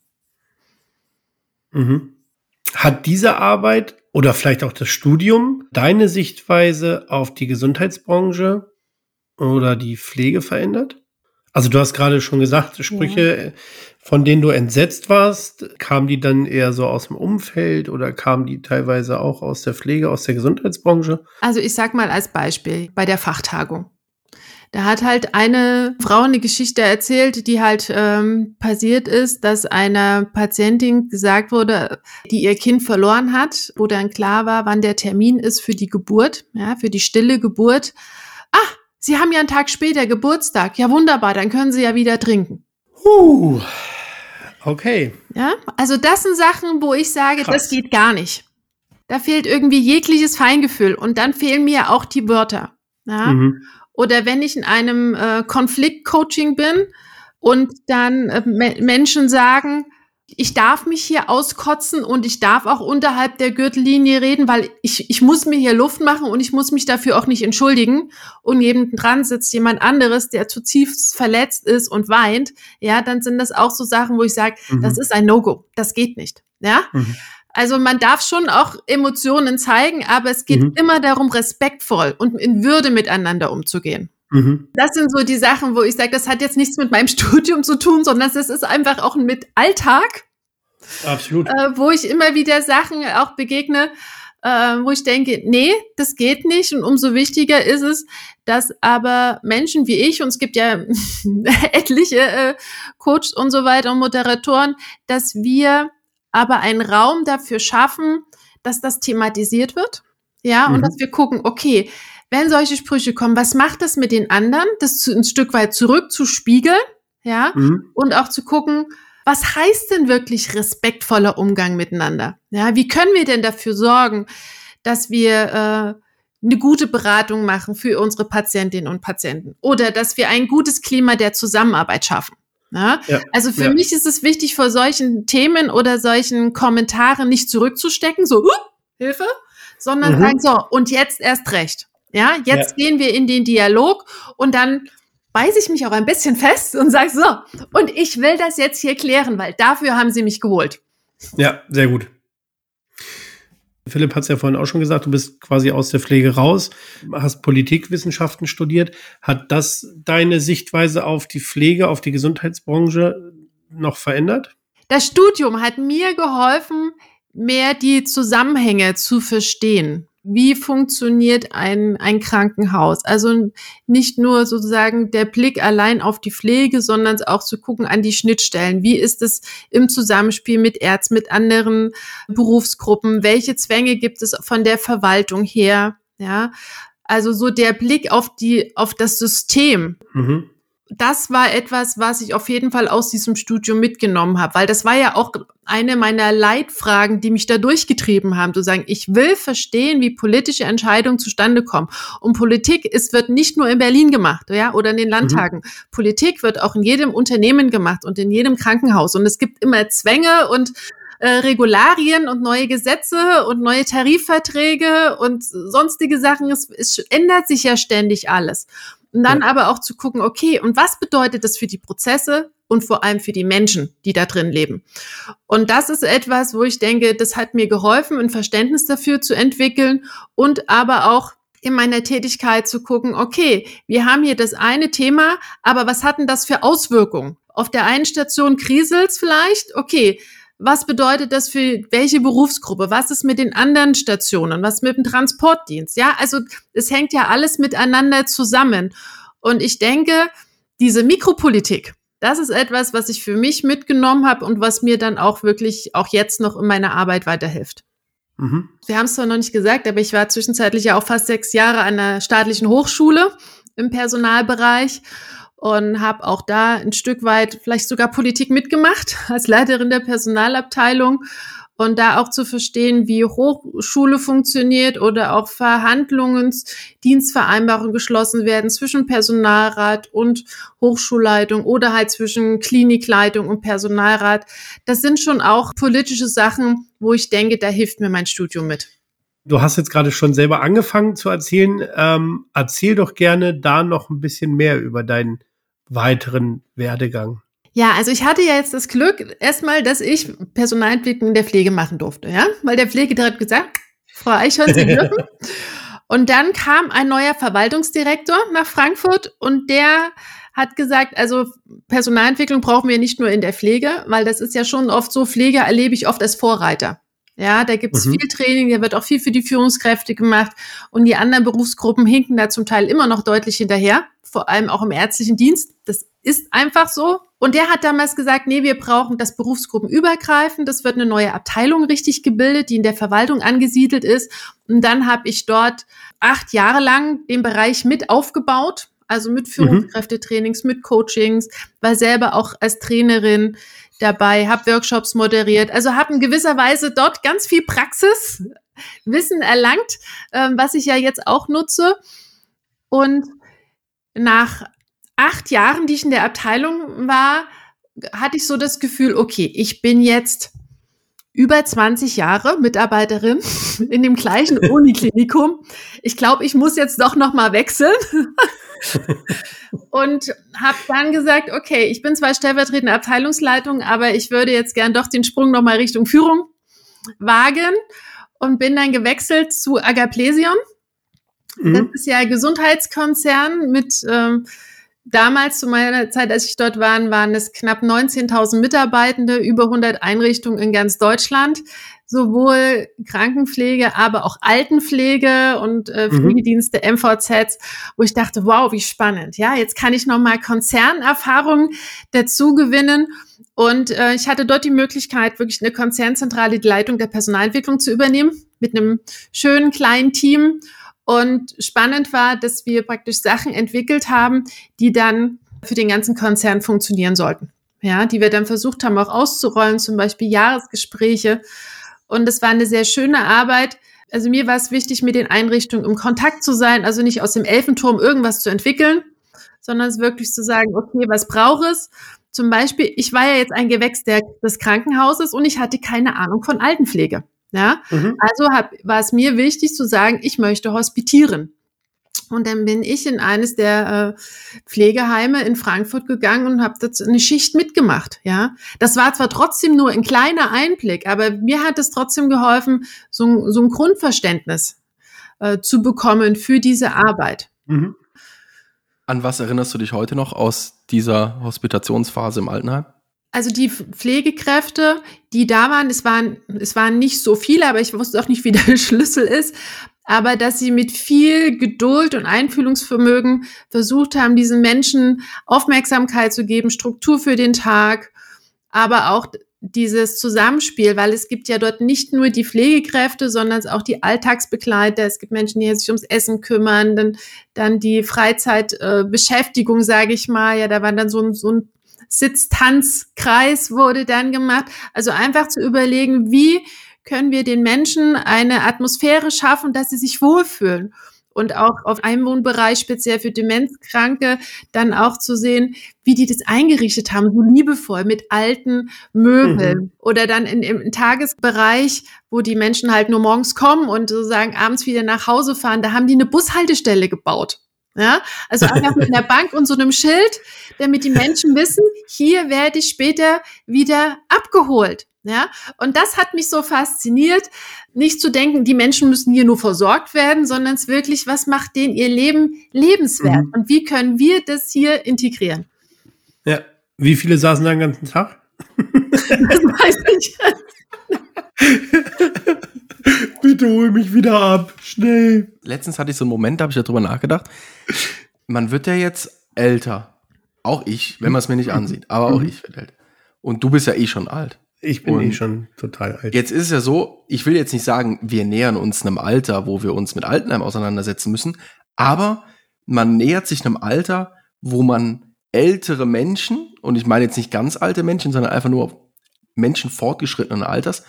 [SPEAKER 3] Mhm. Hat diese Arbeit oder vielleicht auch das Studium deine Sichtweise auf die Gesundheitsbranche oder die Pflege verändert? Also du hast gerade schon gesagt, Sprüche, ja. von denen du entsetzt warst, kamen die dann eher so aus dem Umfeld oder kamen die teilweise auch aus der Pflege, aus der Gesundheitsbranche?
[SPEAKER 4] Also ich sag mal als Beispiel bei der Fachtagung. Da hat halt eine Frau eine Geschichte erzählt, die halt ähm, passiert ist, dass einer Patientin gesagt wurde, die ihr Kind verloren hat, wo dann klar war, wann der Termin ist für die Geburt, ja, für die stille Geburt. Ah, Sie haben ja einen Tag später Geburtstag. Ja, wunderbar, dann können Sie ja wieder trinken.
[SPEAKER 3] Uh, okay.
[SPEAKER 4] Ja, also das sind Sachen, wo ich sage, Krass. Das geht gar nicht. Da fehlt irgendwie jegliches Feingefühl und dann fehlen mir auch die Wörter. Ja? Mhm. Oder wenn ich in einem äh, Konfliktcoaching bin und dann äh, me- Menschen sagen, ich darf mich hier auskotzen und ich darf auch unterhalb der Gürtellinie reden, weil ich, ich muss mir hier Luft machen und ich muss mich dafür auch nicht entschuldigen. Und nebendran sitzt jemand anderes, der zutiefst verletzt ist und weint. Ja, dann sind das auch so Sachen, wo ich sage, mhm. das ist ein No-Go. Das geht nicht. Ja. Mhm. Also man darf schon auch Emotionen zeigen, aber es geht mhm. immer darum, respektvoll und in Würde miteinander umzugehen. Mhm. Das sind so die Sachen, wo ich sage, das hat jetzt nichts mit meinem Studium zu tun, sondern es ist einfach auch mit Alltag.
[SPEAKER 3] Absolut.
[SPEAKER 4] Äh, wo ich immer wieder Sachen auch begegne, äh, wo ich denke, nee, das geht nicht. Und umso wichtiger ist es, dass aber Menschen wie ich, und es gibt ja etliche äh, Coaches und so weiter und Moderatoren, dass wir aber einen Raum dafür schaffen, dass das thematisiert wird. Ja, mhm. und dass wir gucken, okay, wenn solche Sprüche kommen, was macht das mit den anderen? Das zu, ein Stück weit zurückzuspiegeln, ja, mhm. und auch zu gucken, was heißt denn wirklich respektvoller Umgang miteinander? Ja, wie können wir denn dafür sorgen, dass wir äh, eine gute Beratung machen für unsere Patientinnen und Patienten oder dass wir ein gutes Klima der Zusammenarbeit schaffen? Ja? Ja, also für ja. mich ist es wichtig, vor solchen Themen oder solchen Kommentaren nicht zurückzustecken, so, uh, Hilfe, sondern mhm. sagen, so, und jetzt erst recht. Ja, jetzt ja. gehen wir in den Dialog und dann beiße ich mich auch ein bisschen fest und sage so, und ich will das jetzt hier klären, weil dafür haben sie mich geholt.
[SPEAKER 3] Ja, sehr gut. Philipp hat es ja vorhin auch schon gesagt, du bist quasi aus der Pflege raus, hast Politikwissenschaften studiert. Hat das deine Sichtweise auf die Pflege, auf die Gesundheitsbranche noch verändert?
[SPEAKER 4] Das Studium hat mir geholfen, mehr die Zusammenhänge zu verstehen. Wie funktioniert ein, ein Krankenhaus? Also nicht nur sozusagen der Blick allein auf die Pflege, sondern auch zu gucken an die Schnittstellen. Wie ist es im Zusammenspiel mit Ärzten, mit anderen Berufsgruppen? Welche Zwänge gibt es von der Verwaltung her? Ja, also so der Blick auf die, auf das System. Mhm. Das war etwas, was ich auf jeden Fall aus diesem Studium mitgenommen habe, weil das war ja auch eine meiner Leitfragen, die mich da durchgetrieben haben, zu sagen, ich will verstehen, wie politische Entscheidungen zustande kommen. Und Politik, es wird nicht nur in Berlin gemacht, ja, oder in den Landtagen. Mhm. Politik wird auch in jedem Unternehmen gemacht und in jedem Krankenhaus. Und es gibt immer Zwänge und äh, Regularien und neue Gesetze und neue Tarifverträge und sonstige Sachen. Es, es ändert sich ja ständig alles. Und dann ja. aber auch zu gucken, okay, und was bedeutet das für die Prozesse und vor allem für die Menschen, die da drin leben? Und das ist etwas, wo ich denke, das hat mir geholfen, ein Verständnis dafür zu entwickeln und aber auch in meiner Tätigkeit zu gucken, okay, wir haben hier das eine Thema, aber was hat denn das für Auswirkungen? Auf der einen Station kriselt's vielleicht, okay, was bedeutet das für welche Berufsgruppe? Was ist mit den anderen Stationen? Was mit dem Transportdienst? Ja, also es hängt ja alles miteinander zusammen. Und ich denke, diese Mikropolitik, das ist etwas, was ich für mich mitgenommen habe und was mir dann auch wirklich auch jetzt noch in meiner Arbeit weiterhilft. Mhm. Wir haben es zwar noch nicht gesagt, aber ich war zwischenzeitlich ja auch fast sechs Jahre an einer staatlichen Hochschule im Personalbereich. Und habe auch da ein Stück weit vielleicht sogar Politik mitgemacht als Leiterin der Personalabteilung und da auch zu verstehen, wie Hochschule funktioniert oder auch Verhandlungen, Dienstvereinbarungen geschlossen werden zwischen Personalrat und Hochschulleitung oder halt zwischen Klinikleitung und Personalrat. Das sind schon auch politische Sachen, wo ich denke, da hilft mir mein Studium mit.
[SPEAKER 3] Du hast jetzt gerade schon selber angefangen zu erzählen. Ähm, erzähl doch gerne da noch ein bisschen mehr über deinen weiteren Werdegang.
[SPEAKER 4] Ja, also ich hatte ja jetzt das Glück, erstmal, dass ich Personalentwicklung in der Pflege machen durfte, ja, weil der Pflegedirektor gesagt, Frau Eichhorn, Sie dürfen. Und dann kam ein neuer Verwaltungsdirektor nach Frankfurt und der hat gesagt, also Personalentwicklung brauchen wir nicht nur in der Pflege, weil das ist ja schon oft so, Pflege erlebe ich oft als Vorreiter. Ja, da gibt's mhm. viel Training, da wird auch viel für die Führungskräfte gemacht und die anderen Berufsgruppen hinken da zum Teil immer noch deutlich hinterher, vor allem auch im ärztlichen Dienst. Das ist einfach so. Und der hat damals gesagt, nee, wir brauchen das berufsgruppenübergreifend. Das wird eine neue Abteilung richtig gebildet, die in der Verwaltung angesiedelt ist. Und dann habe ich dort acht Jahre lang den Bereich mit aufgebaut, also mit Führungskräftetrainings, mit Coachings, war selber auch als Trainerin dabei, habe Workshops moderiert, also habe in gewisser Weise dort ganz viel Praxiswissen erlangt, ähm, was ich ja jetzt auch nutze. Und nach acht Jahren, die ich in der Abteilung war, hatte ich so das Gefühl, okay, ich bin jetzt über zwanzig Jahre Mitarbeiterin in dem gleichen Uniklinikum. Ich glaube, ich muss jetzt doch noch mal wechseln. Und habe dann gesagt, okay, ich bin zwar stellvertretende Abteilungsleitung, aber ich würde jetzt gern doch den Sprung noch mal Richtung Führung wagen und bin dann gewechselt zu Agaplesion. Mhm. Das ist ja ein Gesundheitskonzern mit ähm, damals zu meiner Zeit, als ich dort war, waren es knapp neunzehntausend Mitarbeitende, über hundert Einrichtungen in ganz Deutschland, sowohl Krankenpflege, aber auch Altenpflege und äh, Pflegedienste, mhm. M V Zs, wo ich dachte, wow, wie spannend. Ja, jetzt kann ich nochmal Konzernerfahrung dazu gewinnen. Und äh, ich hatte dort die Möglichkeit, wirklich eine konzernzentrale die Leitung der Personalentwicklung zu übernehmen, mit einem schönen kleinen Team. Und spannend war, dass wir praktisch Sachen entwickelt haben, die dann für den ganzen Konzern funktionieren sollten. Ja, die wir dann versucht haben, auch auszurollen, zum Beispiel Jahresgespräche. Und es war eine sehr schöne Arbeit. Also mir war es wichtig, mit den Einrichtungen im Kontakt zu sein, also nicht aus dem Elfenturm irgendwas zu entwickeln, sondern es wirklich zu sagen, okay, was braucht es? Zum Beispiel, ich war ja jetzt ein Gewächs der, des Krankenhauses und ich hatte keine Ahnung von Altenpflege. Ja, mhm. Also hab, war es mir wichtig zu sagen, ich möchte hospitieren. Und dann bin ich in eines der äh, Pflegeheime in Frankfurt gegangen und habe dazu eine Schicht mitgemacht. Ja, das war zwar trotzdem nur ein kleiner Einblick, aber mir hat es trotzdem geholfen, so, so ein Grundverständnis äh, zu bekommen für diese Arbeit.
[SPEAKER 2] Mhm. An was erinnerst du dich heute noch aus dieser Hospitationsphase im Altenheim?
[SPEAKER 4] Also die Pflegekräfte, die da waren, es waren, es waren nicht so viele, aber ich wusste auch nicht, wie der Schlüssel ist, aber dass sie mit viel Geduld und Einfühlungsvermögen versucht haben, diesen Menschen Aufmerksamkeit zu geben, Struktur für den Tag, aber auch dieses Zusammenspiel, weil es gibt ja dort nicht nur die Pflegekräfte, sondern auch die Alltagsbegleiter. Es gibt Menschen, die sich ums Essen kümmern, dann, dann die Freizeitbeschäftigung, äh, sage ich mal. Ja, da war dann so ein, so ein Sitztanzkreis wurde dann gemacht. Also einfach zu überlegen, wie können wir den Menschen eine Atmosphäre schaffen, dass sie sich wohlfühlen. Und auch auf Einwohnbereich, speziell für Demenzkranke, dann auch zu sehen, wie die das eingerichtet haben, so liebevoll mit alten Möbeln. Mhm. Oder dann in, im Tagesbereich, wo die Menschen halt nur morgens kommen und sozusagen abends wieder nach Hause fahren, da haben die eine Bushaltestelle gebaut. Ja, also einfach mit einer Bank und so einem Schild, damit die Menschen wissen, hier werde ich später wieder abgeholt. Ja, und das hat mich so fasziniert, nicht zu denken, die Menschen müssen hier nur versorgt werden, sondern es wirklich, was macht denen ihr Leben lebenswert? Mhm. Und wie können wir das hier integrieren?
[SPEAKER 3] Ja, wie viele saßen da den ganzen Tag?
[SPEAKER 4] Das weiß ich nicht.
[SPEAKER 3] Bitte hol mich wieder ab, schnell.
[SPEAKER 2] Letztens hatte ich so einen Moment, da habe ich darüber nachgedacht. Man wird ja jetzt älter. Auch ich, wenn man es mir nicht ansieht. Aber auch mhm. ich werde älter. Und du bist ja eh schon alt.
[SPEAKER 3] Ich bin
[SPEAKER 2] und
[SPEAKER 3] eh schon total alt.
[SPEAKER 2] Jetzt ist es ja so, ich will jetzt nicht sagen, wir nähern uns einem Alter, wo wir uns mit Altenheim auseinandersetzen müssen. Aber man nähert sich einem Alter, wo man ältere Menschen, und ich meine jetzt nicht ganz alte Menschen, sondern einfach nur Menschen fortgeschrittenen Alters,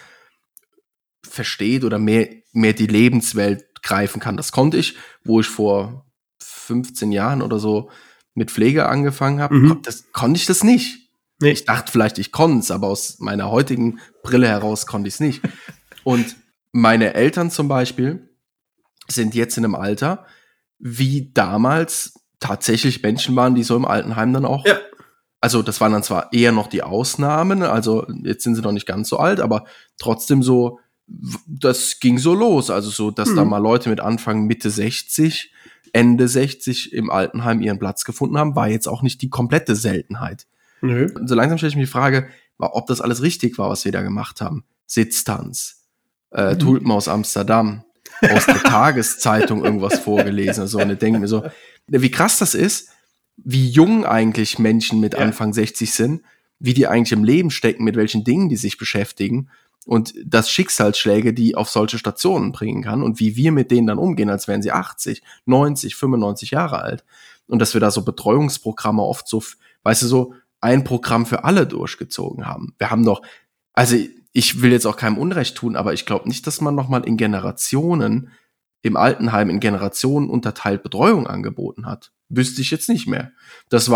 [SPEAKER 2] versteht oder mehr, mehr die Lebenswelt greifen kann. Das konnte ich, wo ich vor fünfzehn Jahren oder so mit Pflege angefangen habe, mhm. das konnte ich das nicht. Nee. Ich dachte vielleicht, ich konnte es, aber aus meiner heutigen Brille heraus konnte ich es nicht. Und meine Eltern zum Beispiel sind jetzt in einem Alter, wie damals tatsächlich Menschen waren, die so im Altenheim dann auch, ja. Also das waren dann zwar eher noch die Ausnahmen, also jetzt sind sie noch nicht ganz so alt, aber trotzdem so, das ging so los, also so, dass mhm. da mal Leute mit Anfang, Mitte sechzig, Ende sechzig im Altenheim ihren Platz gefunden haben, war jetzt auch nicht die komplette Seltenheit. Nö. So langsam stelle ich mir die Frage, ob das alles richtig war, was wir da gemacht haben. Sitztanz, äh, mhm. Tulpen aus Amsterdam, aus der Tageszeitung irgendwas vorgelesen, so, und ich denke mir so, wie krass das ist, wie jung eigentlich Menschen mit ja. Anfang sechzig sind, wie die eigentlich im Leben stecken, mit welchen Dingen die sich beschäftigen und das Schicksalsschläge, die auf solche Stationen bringen kann und wie wir mit denen dann umgehen, als wären sie achtzig, neunzig, fünfundneunzig Jahre alt. Und dass wir da so Betreuungsprogramme oft so, weißt du, so ein Programm für alle durchgezogen haben. Wir haben doch, also ich will jetzt auch keinem Unrecht tun, aber ich glaube nicht, dass man nochmal in Generationen im Altenheim in Generationen unterteilt Betreuung angeboten hat. Wüsste ich jetzt nicht mehr. Das war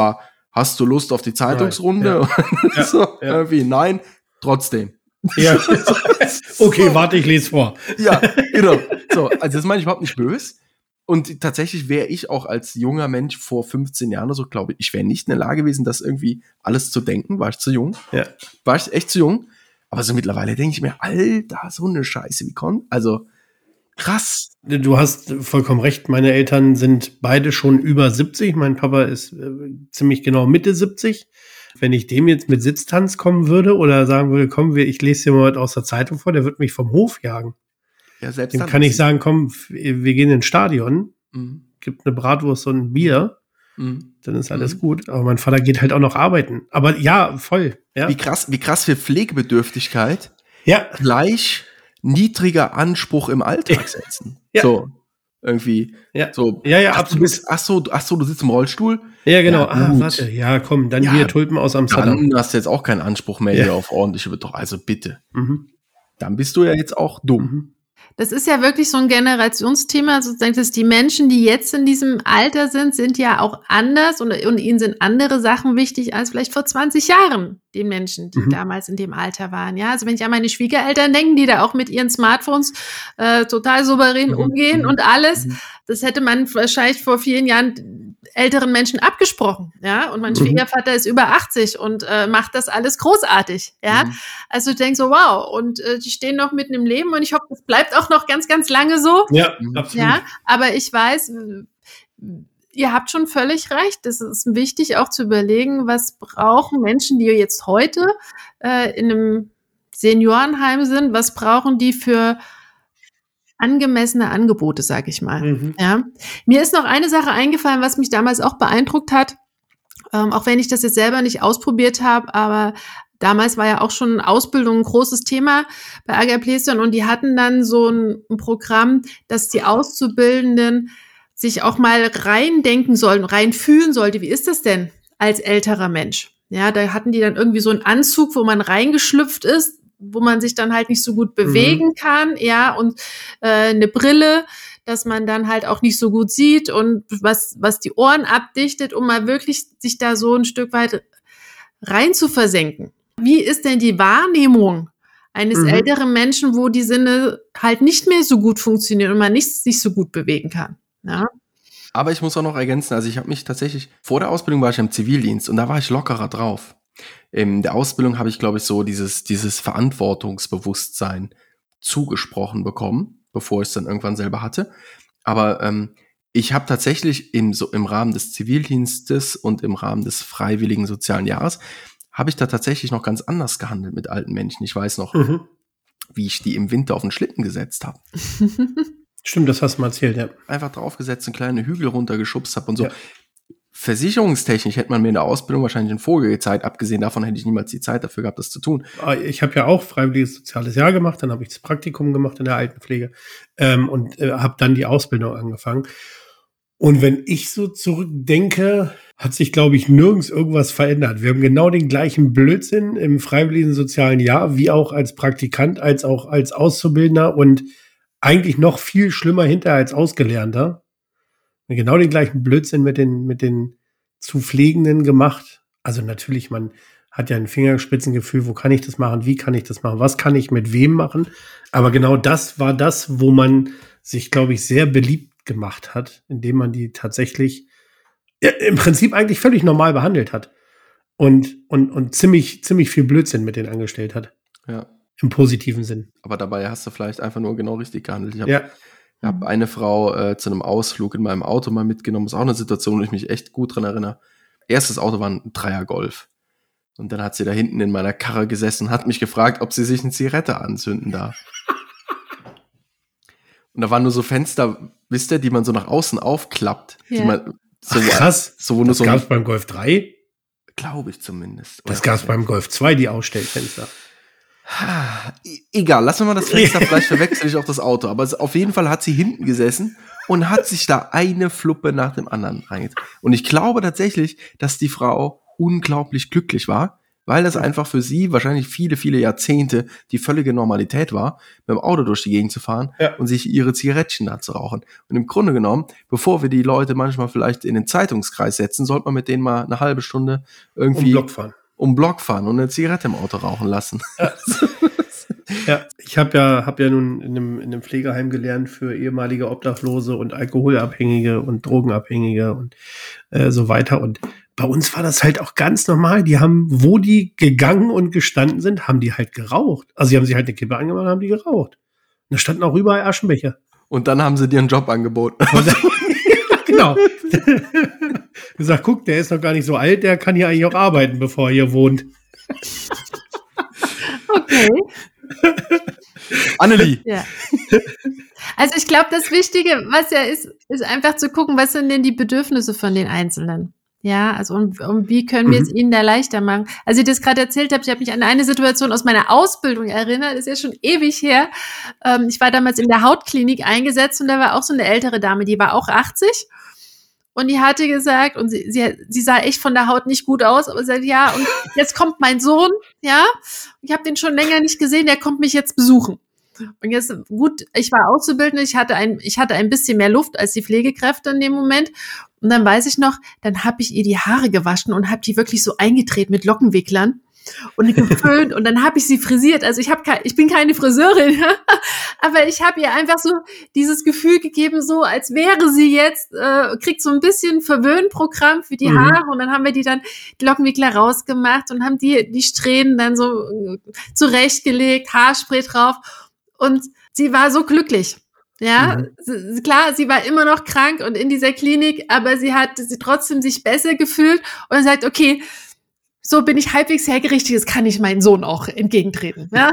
[SPEAKER 2] hast du Lust auf die Zeitungsrunde?
[SPEAKER 3] Nein, ja.
[SPEAKER 2] so,
[SPEAKER 3] Ja, ja.
[SPEAKER 2] Irgendwie, nein, trotzdem.
[SPEAKER 3] Ja. Okay, warte, ich lese vor.
[SPEAKER 2] Ja, genau. So, also das meine ich überhaupt nicht böse. Und tatsächlich wäre ich auch als junger Mensch vor fünfzehn Jahren oder so, glaube ich, ich wäre nicht in der Lage gewesen, das irgendwie alles zu denken. War ich zu jung?
[SPEAKER 3] Ja.
[SPEAKER 2] War ich echt zu jung? Aber so mittlerweile denke ich mir, Alter, so eine Scheiße, wie kommt? Also, krass.
[SPEAKER 3] Du hast vollkommen recht. Meine Eltern sind beide schon über siebzig. Mein Papa ist äh, ziemlich genau Mitte siebzig. Wenn ich dem jetzt mit Sitztanz kommen würde oder sagen würde, komm, wir, ich lese dir mal was aus der Zeitung vor, der wird mich vom Hof jagen.
[SPEAKER 2] Ja, selbst
[SPEAKER 3] Dem
[SPEAKER 2] dann
[SPEAKER 3] kann ich sagen, komm, wir gehen ins Stadion,
[SPEAKER 2] Mhm.
[SPEAKER 3] gibt eine Bratwurst und ein Bier,
[SPEAKER 2] Mhm.
[SPEAKER 3] dann ist alles
[SPEAKER 2] Mhm.
[SPEAKER 3] gut. Aber mein Vater geht halt auch noch arbeiten. Aber ja, voll. Ja,
[SPEAKER 2] Wie krass, wie krass für Pflegebedürftigkeit
[SPEAKER 3] ja.
[SPEAKER 2] gleich niedriger Anspruch im Alltag setzen.
[SPEAKER 3] Ja.
[SPEAKER 2] So, irgendwie.
[SPEAKER 3] Ja.
[SPEAKER 2] So,
[SPEAKER 3] Ja, ja,
[SPEAKER 2] ach, du
[SPEAKER 3] absolut.
[SPEAKER 2] bist, ach so, du- ach so, du sitzt im Rollstuhl.
[SPEAKER 3] Ja, genau.
[SPEAKER 2] Ja,
[SPEAKER 3] ah,
[SPEAKER 2] gut.
[SPEAKER 3] warte. Ja, komm, dann
[SPEAKER 2] Ja,
[SPEAKER 3] hier Tulpen aus Amsterdam.
[SPEAKER 2] Dann hast du jetzt auch keinen Anspruch mehr
[SPEAKER 3] Ja.
[SPEAKER 2] hier auf ordentliche Betreuung. Also bitte.
[SPEAKER 3] Mhm.
[SPEAKER 2] Dann bist du ja jetzt auch dumm.
[SPEAKER 3] Mhm.
[SPEAKER 4] Das ist ja wirklich so ein Generationsthema, sozusagen, dass die Menschen, die jetzt in diesem Alter sind, sind ja auch anders und, und ihnen sind andere Sachen wichtig als vielleicht vor zwanzig Jahren den Menschen, die
[SPEAKER 3] Mhm.
[SPEAKER 4] damals in dem Alter waren. Ja, also wenn ich an meine Schwiegereltern denke, die da auch mit ihren Smartphones äh, total souverän
[SPEAKER 2] Mhm.
[SPEAKER 4] umgehen
[SPEAKER 2] Mhm.
[SPEAKER 4] und alles,
[SPEAKER 2] Mhm.
[SPEAKER 4] das hätte man wahrscheinlich vor vielen Jahren älteren Menschen abgesprochen. Ja, und mein
[SPEAKER 3] Mhm.
[SPEAKER 4] Schwiegervater ist über achtzig und äh, macht das alles großartig. Ja,
[SPEAKER 2] Mhm.
[SPEAKER 4] also ich denke so, wow, und äh, die stehen noch mitten im Leben und ich hoffe, das bleibt auch noch ganz, ganz lange so.
[SPEAKER 3] Ja,
[SPEAKER 2] Mhm.
[SPEAKER 3] absolut.
[SPEAKER 4] Ja, aber ich weiß, äh, ihr habt schon völlig recht. Es ist wichtig auch zu überlegen, was brauchen Menschen, die jetzt heute äh, in einem Seniorenheim sind, was brauchen die für angemessene Angebote, sag ich mal.
[SPEAKER 3] Mhm.
[SPEAKER 4] Ja, mir ist noch eine Sache eingefallen, was mich damals auch beeindruckt hat, ähm, auch wenn ich das jetzt selber nicht ausprobiert habe, aber damals war ja auch schon Ausbildung ein großes Thema bei A G Pleston und die hatten dann so ein, ein Programm, dass die Auszubildenden sich auch mal reindenken sollen, reinfühlen sollte. Wie ist das denn als älterer Mensch? Ja, da hatten die dann irgendwie so einen Anzug, wo man reingeschlüpft ist, wo man sich dann halt nicht so gut bewegen kann, ja, und äh, eine Brille, dass man dann halt auch nicht so gut sieht und was, was die Ohren abdichtet, um mal wirklich sich da so ein Stück weit rein zu versenken. Wie ist denn die Wahrnehmung eines
[SPEAKER 3] Mhm.
[SPEAKER 4] älteren Menschen, wo die Sinne halt nicht mehr so gut funktionieren und man nicht sich so gut bewegen kann? Ja,
[SPEAKER 2] Aber ich muss auch noch ergänzen, also ich habe mich tatsächlich, vor der Ausbildung war ich im Zivildienst und da war ich lockerer drauf. In der Ausbildung habe ich, glaube ich, so dieses, dieses Verantwortungsbewusstsein zugesprochen bekommen, bevor ich es dann irgendwann selber hatte. Aber ähm, ich habe tatsächlich im, so, im Rahmen des Zivildienstes und im Rahmen des freiwilligen sozialen Jahres, habe ich da tatsächlich noch ganz anders gehandelt mit alten Menschen. Ich weiß noch,
[SPEAKER 3] Mhm.
[SPEAKER 2] wie ich die im Winter auf den Schlitten gesetzt habe.
[SPEAKER 3] Stimmt, das hast du mal erzählt, ja.
[SPEAKER 2] Einfach draufgesetzt, einen kleinen Hügel runtergeschubst habe und so.
[SPEAKER 3] Ja.
[SPEAKER 2] Versicherungstechnisch hätte man mir in der Ausbildung wahrscheinlich einen Vogel gezeigt. Abgesehen davon hätte ich niemals die Zeit dafür gehabt, das zu tun.
[SPEAKER 3] Ich habe ja auch freiwilliges soziales Jahr gemacht, dann habe ich das Praktikum gemacht in der Altenpflege ähm, und äh, habe dann die Ausbildung angefangen. Und wenn ich so zurückdenke, hat sich, glaube ich, nirgends irgendwas verändert. Wir haben genau den gleichen Blödsinn im freiwilligen sozialen Jahr, wie auch als Praktikant, als auch als Auszubildender und eigentlich noch viel schlimmer hinterher als Ausgelernter. Genau den gleichen Blödsinn mit den, mit den zu Pflegenden gemacht. Also natürlich, man hat ja ein Fingerspitzengefühl, wo kann ich das machen, wie kann ich das machen, was kann ich mit wem machen. Aber genau das war das, wo man sich, glaube ich, sehr beliebt gemacht hat, indem man die tatsächlich ja, im Prinzip eigentlich völlig normal behandelt hat. Und, und, und ziemlich, ziemlich viel Blödsinn mit denen angestellt hat.
[SPEAKER 2] Ja.
[SPEAKER 3] Im positiven Sinn.
[SPEAKER 2] Aber dabei hast du vielleicht einfach nur genau richtig gehandelt. Ich habe
[SPEAKER 3] Ja.
[SPEAKER 2] hab eine Frau äh, zu einem Ausflug in meinem Auto mal mitgenommen. Das ist auch eine Situation, wo ich mich echt gut dran erinnere. Erstes Auto war ein Dreier Golf. Und dann hat sie da hinten in meiner Karre gesessen und hat mich gefragt, ob sie sich eine Zigarette anzünden darf. Und da waren nur so Fenster, wisst ihr, die man so nach außen aufklappt.
[SPEAKER 4] Ja.
[SPEAKER 2] Die man, so,
[SPEAKER 3] Ach, krass.
[SPEAKER 2] So, wo nur
[SPEAKER 3] Das
[SPEAKER 2] so
[SPEAKER 3] gab es beim Golf drei.
[SPEAKER 2] glaube ich zumindest.
[SPEAKER 3] Das
[SPEAKER 2] Oder-
[SPEAKER 3] gab es beim Golf zwei, die Ausstellfenster.
[SPEAKER 2] E- Egal, lassen wir mal das Fenster, vielleicht verwechsel ich auch das Auto. Aber es, auf jeden Fall hat sie hinten gesessen und hat sich da eine Fluppe nach dem anderen reingetan. Und ich glaube tatsächlich, dass die Frau unglaublich glücklich war, weil das einfach für sie wahrscheinlich viele, viele Jahrzehnte die völlige Normalität war, mit dem Auto durch die Gegend zu fahren
[SPEAKER 3] Ja.
[SPEAKER 2] und sich ihre Zigarettchen da zu rauchen. Und im Grunde genommen, bevor wir die Leute manchmal vielleicht in den Zeitungskreis setzen, sollte man mit denen mal eine halbe Stunde
[SPEAKER 3] Um
[SPEAKER 2] irgendwie
[SPEAKER 3] Block fahren.
[SPEAKER 2] um Block fahren und eine Zigarette im Auto rauchen lassen.
[SPEAKER 3] Ja. Ja, ich habe ja, hab ja nun in einem, in einem Pflegeheim gelernt für ehemalige Obdachlose und Alkoholabhängige und Drogenabhängige und äh, so weiter. Und bei uns war das halt auch ganz normal. Die haben, wo die gegangen und gestanden sind, haben die halt geraucht. Also die haben sich halt eine Kippe angemacht und haben die geraucht. Und da standen auch überall Aschenbecher.
[SPEAKER 2] Und dann haben sie dir einen Job angeboten.
[SPEAKER 3] Genau. Gesagt, guck, der ist noch gar nicht so alt, der kann hier eigentlich auch arbeiten, bevor er hier wohnt.
[SPEAKER 4] Okay.
[SPEAKER 2] Annelie,
[SPEAKER 4] Ja. Also ich glaube, das Wichtige, was ja ist, ist einfach zu gucken, was sind denn die Bedürfnisse von den Einzelnen. Ja, also und, und wie können wir es
[SPEAKER 3] Mhm.
[SPEAKER 4] ihnen da leichter machen? Als ich das gerade erzählt habe, ich habe mich an eine Situation aus meiner Ausbildung erinnert, das ist ja schon ewig her. Ähm, ich war damals in der Hautklinik eingesetzt und da war auch so eine ältere Dame, die war auch achtzig. Und die hatte gesagt, und sie, sie, sie sah echt von der Haut nicht gut aus, aber sie sagte, ja, und jetzt kommt mein Sohn, ja, ich habe den schon länger nicht gesehen, der kommt mich jetzt besuchen. Und jetzt, gut, ich war Auszubildende, ich hatte ein, ich hatte ein bisschen mehr Luft als die Pflegekräfte in dem Moment. Und dann weiß ich noch, dann habe ich ihr die Haare gewaschen und habe die wirklich so eingedreht mit Lockenwicklern und geföhnt und dann habe ich sie frisiert. Also ich habe kein, ich bin keine Friseurin, aber ich habe ihr einfach so dieses Gefühl gegeben, so als wäre sie jetzt, äh, kriegt so ein bisschen Verwöhnprogramm für die
[SPEAKER 3] Mhm.
[SPEAKER 4] Haare und dann haben wir die dann die Lockenwickler rausgemacht und haben die die Strähnen dann so äh, zurechtgelegt, Haarspray drauf und sie war so glücklich. Ja,
[SPEAKER 3] Mhm.
[SPEAKER 4] sie, klar, sie war immer noch krank und in dieser Klinik, aber sie hat sie trotzdem sich besser gefühlt und sagt, okay, so bin ich halbwegs hergerichtet, jetzt kann ich meinen Sohn auch entgegentreten. Ja?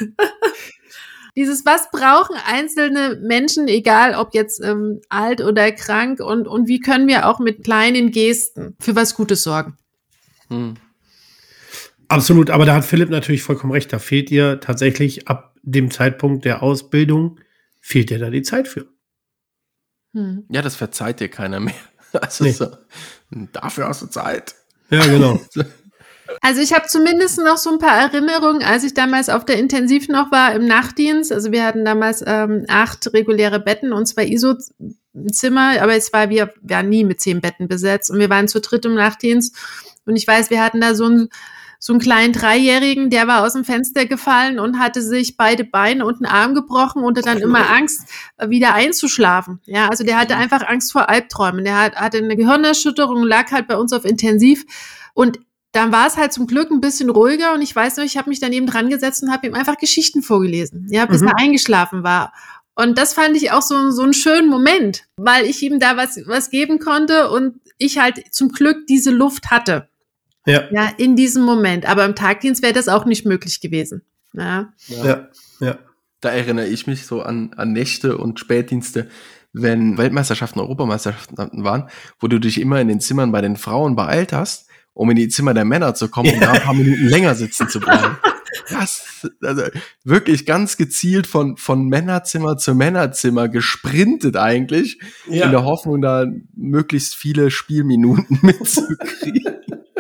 [SPEAKER 4] Dieses, was brauchen einzelne Menschen, egal ob jetzt ähm, alt oder krank und, und wie können wir auch mit kleinen Gesten für was Gutes sorgen?
[SPEAKER 2] hm.
[SPEAKER 3] Absolut, aber da hat Philipp natürlich vollkommen recht. Da fehlt ihr tatsächlich ab dem Zeitpunkt der Ausbildung, fehlt dir da die Zeit für.
[SPEAKER 4] Hm.
[SPEAKER 2] ja, das verzeiht dir keiner mehr. Also
[SPEAKER 3] Nee.
[SPEAKER 2] so, dafür hast du Zeit.
[SPEAKER 3] Ja, genau.
[SPEAKER 4] Also ich habe zumindest noch so ein paar Erinnerungen, als ich damals auf der Intensiv noch war im Nachtdienst. Also wir hatten damals ähm, acht reguläre Betten und zwei I S O-Zimmer, aber es war, wir waren nie mit zehn Betten besetzt und wir waren zu dritt im Nachtdienst. Und ich weiß, wir hatten da so einen, so einen kleinen Dreijährigen, der war aus dem Fenster gefallen und hatte sich beide Beine und einen Arm gebrochen und hatte dann immer Angst, wieder einzuschlafen. Ja, also der hatte einfach Angst vor Albträumen. Der hat, hatte eine Gehirnerschütterung, lag halt bei uns auf Intensiv und dann war es halt zum Glück ein bisschen ruhiger und ich weiß noch, ich habe mich daneben dran gesetzt und habe ihm einfach Geschichten vorgelesen, ja, bis
[SPEAKER 3] Mhm.
[SPEAKER 4] er eingeschlafen war. Und das fand ich auch so, so einen schönen Moment, weil ich ihm da was, was geben konnte und ich halt zum Glück diese Luft hatte,
[SPEAKER 3] Ja,
[SPEAKER 4] ja, in diesem Moment. Aber im Tagdienst wäre das auch nicht möglich gewesen. Ja.
[SPEAKER 3] ja, ja.
[SPEAKER 2] Da erinnere ich mich so an, an Nächte und Spätdienste, wenn Weltmeisterschaften, Europameisterschaften waren, wo du dich immer in den Zimmern bei den Frauen beeilt hast, um in die Zimmer der Männer zu kommen und da ein paar Minuten länger sitzen zu bleiben. Das, also wirklich ganz gezielt von, von Männerzimmer zu Männerzimmer gesprintet eigentlich,
[SPEAKER 3] Ja.
[SPEAKER 2] in der Hoffnung, da möglichst viele Spielminuten mitzukriegen.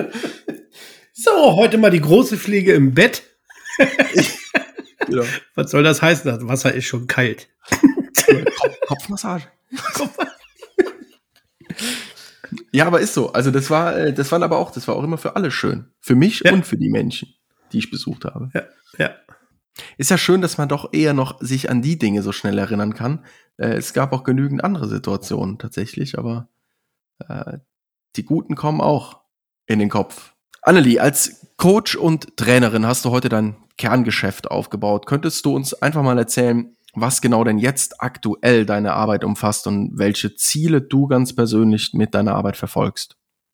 [SPEAKER 3] So, heute mal die große Pflege im Bett.
[SPEAKER 2] Ja.
[SPEAKER 3] Was soll das heißen? Das Wasser ist schon kalt.
[SPEAKER 2] Kopf, Kopfmassage. Ja, aber ist so. Also das war, äh, das waren aber auch, das war auch immer für alle schön. Für mich
[SPEAKER 3] Ja.
[SPEAKER 2] und für die Menschen, die ich besucht habe.
[SPEAKER 3] Ja, ja.
[SPEAKER 2] Ist ja schön, dass man doch eher noch sich an die Dinge so schnell erinnern kann. Äh, es gab auch genügend andere Situationen tatsächlich, aber äh, die guten kommen auch in den Kopf. Annelie, als Coach und Trainerin hast du heute dein Kerngeschäft aufgebaut. Könntest du uns einfach mal erzählen, was genau denn jetzt aktuell deine Arbeit umfasst und welche Ziele du ganz persönlich mit deiner Arbeit verfolgst?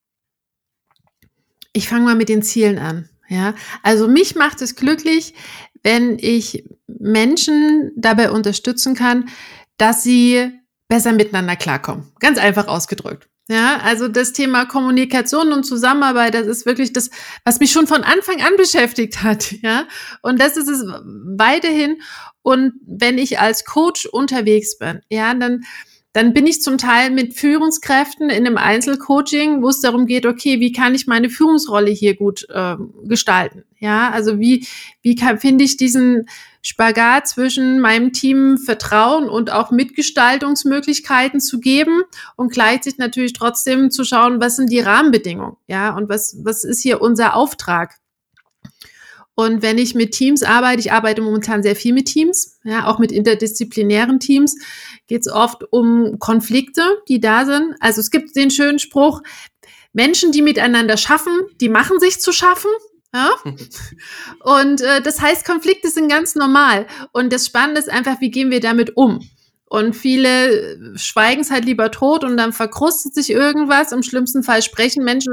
[SPEAKER 4] Ich fange mal mit den Zielen an. Ja, also mich macht es glücklich, wenn ich Menschen dabei unterstützen kann, dass sie besser miteinander klarkommen. Ganz einfach ausgedrückt. Ja, also das Thema Kommunikation und Zusammenarbeit, das ist wirklich das, was mich schon von Anfang an beschäftigt hat. Ja, und das ist es weiterhin. Und wenn ich als Coach unterwegs bin, ja, dann dann bin ich zum Teil mit Führungskräften in einem Einzelcoaching, wo es darum geht, okay, wie kann ich meine Führungsrolle hier gut äh, gestalten? Ja, also wie, wie kann, finde ich diesen Spagat zwischen meinem Team Vertrauen und auch Mitgestaltungsmöglichkeiten zu geben und gleichzeitig natürlich trotzdem zu schauen, was sind die Rahmenbedingungen? Ja, und was, was ist hier unser Auftrag? Und wenn ich mit Teams arbeite, ich arbeite momentan sehr viel mit Teams, ja, auch mit interdisziplinären Teams, geht es oft um Konflikte, die da sind. Also es gibt den schönen Spruch, Menschen, die miteinander schaffen, die machen sich zu schaffen. Ja? Und äh, das heißt, Konflikte sind ganz normal. Und das Spannende ist einfach, wie gehen wir damit um? Und viele schweigen es halt lieber tot und dann verkrustet sich irgendwas. Im schlimmsten Fall sprechen Menschen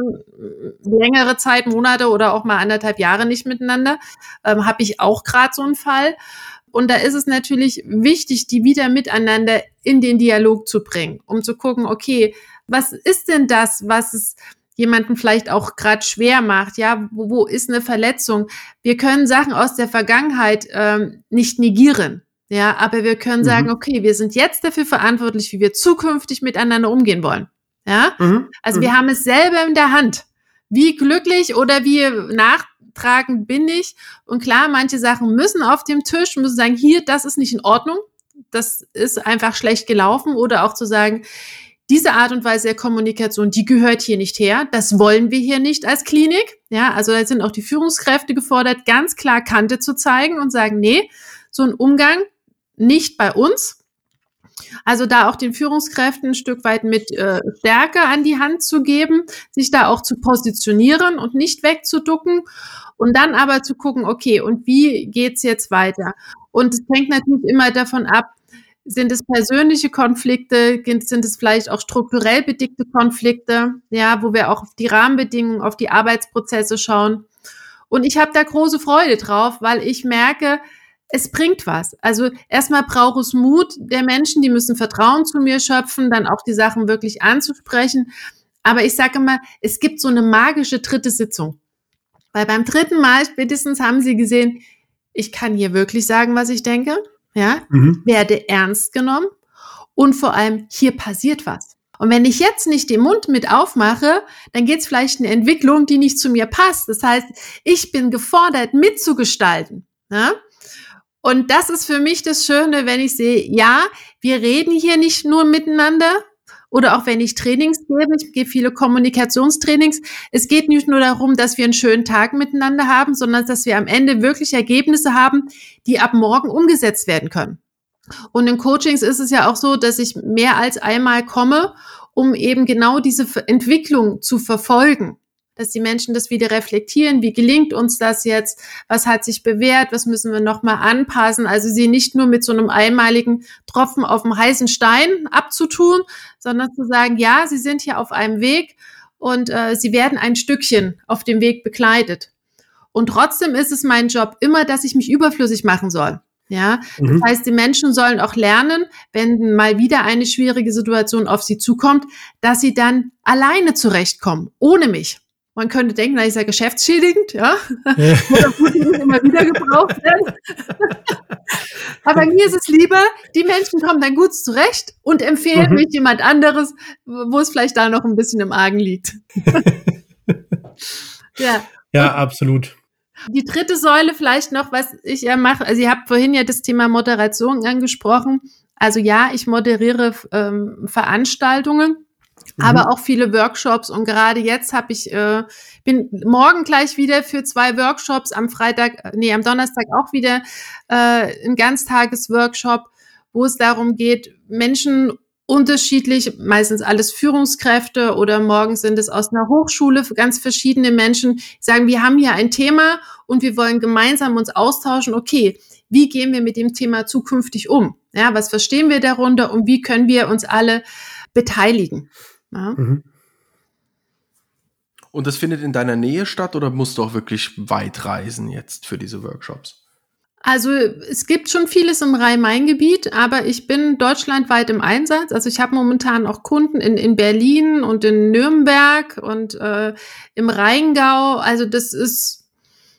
[SPEAKER 4] längere Zeit, Monate oder auch mal anderthalb Jahre nicht miteinander. Ähm, habe ich auch gerade so einen Fall. Und da ist es natürlich wichtig, die wieder miteinander in den Dialog zu bringen, um zu gucken, okay, was ist denn das, was es jemanden vielleicht auch gerade schwer macht? Ja, wo, wo ist eine Verletzung? Wir können Sachen aus der Vergangenheit ähm, nicht negieren. Ja, aber wir können sagen, mhm. okay, wir sind jetzt dafür verantwortlich, wie wir zukünftig miteinander umgehen wollen. Ja, mhm. also mhm. wir haben es selber in der Hand. Wie glücklich oder wie nachtragend bin ich? Und klar, manche Sachen müssen auf dem Tisch, müssen sagen, hier, das ist nicht in Ordnung. Das ist einfach schlecht gelaufen. Oder auch zu sagen, diese Art und Weise der Kommunikation, die gehört hier nicht her. Das wollen wir hier nicht als Klinik. Ja, also da sind auch die Führungskräfte gefordert, ganz klar Kante zu zeigen und sagen, nee, so ein Umgang nicht bei uns. Also da auch den Führungskräften ein Stück weit mit äh, Stärke an die Hand zu geben, sich da auch zu positionieren und nicht wegzuducken und dann aber zu gucken, okay, und wie geht's jetzt weiter? Und es hängt natürlich immer davon ab, sind es persönliche Konflikte, sind es vielleicht auch strukturell bedingte Konflikte, ja, wo wir auch auf die Rahmenbedingungen, auf die Arbeitsprozesse schauen. Und ich habe da große Freude drauf, weil ich merke, es bringt was. Also erstmal braucht es Mut der Menschen, die müssen Vertrauen zu mir schöpfen, dann auch die Sachen wirklich anzusprechen. Aber ich sage immer, es gibt so eine magische dritte Sitzung. Weil beim dritten Mal spätestens haben sie gesehen, ich kann hier wirklich sagen, was ich denke, ja, mhm. werde ernst genommen und vor allem, hier passiert was. Und wenn ich jetzt nicht den Mund mit aufmache, dann geht es vielleicht eine Entwicklung, die nicht zu mir passt. Das heißt, ich bin gefordert, mitzugestalten, ja. Und das ist für mich das Schöne, wenn ich sehe, ja, wir reden hier nicht nur miteinander oder auch wenn ich Trainings gebe, ich gebe viele Kommunikationstrainings, es geht nicht nur darum, dass wir einen schönen Tag miteinander haben, sondern dass wir am Ende wirklich Ergebnisse haben, die ab morgen umgesetzt werden können. Und in Coachings ist es ja auch so, dass ich mehr als einmal komme, um eben genau diese Entwicklung zu verfolgen. Dass die Menschen das wieder reflektieren, wie gelingt uns das jetzt, was hat sich bewährt, was müssen wir nochmal anpassen, also sie nicht nur mit so einem einmaligen Tropfen auf dem heißen Stein abzutun, sondern zu sagen, ja, sie sind hier auf einem Weg und äh, sie werden ein Stückchen auf dem Weg begleitet. Und trotzdem ist es mein Job immer, dass ich mich überflüssig machen soll. Ja, mhm. Das heißt, die Menschen sollen auch lernen, wenn mal wieder eine schwierige Situation auf sie zukommt, dass sie dann alleine zurechtkommen, ohne mich. Man könnte denken, das ist ja geschäftsschädigend, ja. Oder gut, die immer wieder gebraucht werden. Aber mir ist es lieber, die Menschen kommen dann gut zurecht und empfehlen mhm. mich jemand anderes, wo es vielleicht da noch ein bisschen im Argen liegt. ja.
[SPEAKER 3] Ja, absolut.
[SPEAKER 4] Die dritte Säule vielleicht noch, was ich ja mache, also ihr habt vorhin ja das Thema Moderation angesprochen. Also ja, ich moderiere ähm, Veranstaltungen. Mhm. Aber auch viele Workshops und gerade jetzt habe ich, äh, bin morgen gleich wieder für zwei Workshops, am Freitag, nee, am Donnerstag auch wieder äh, ein Ganztagesworkshop, wo es darum geht, Menschen unterschiedlich, meistens alles Führungskräfte oder morgen sind es aus einer Hochschule, ganz verschiedene Menschen, sagen, wir haben hier ein Thema und wir wollen gemeinsam uns austauschen, okay, wie gehen wir mit dem Thema zukünftig um? Ja, was verstehen wir darunter und wie können wir uns alle beteiligen? Ja. Mhm.
[SPEAKER 2] Und das findet in deiner Nähe statt oder musst du auch wirklich weit reisen jetzt für diese Workshops?
[SPEAKER 4] Also es gibt schon vieles im Rhein-Main-Gebiet, aber ich bin deutschlandweit im Einsatz. Also ich habe momentan auch Kunden in, in Berlin und in Nürnberg und äh, im Rheingau. Also das ist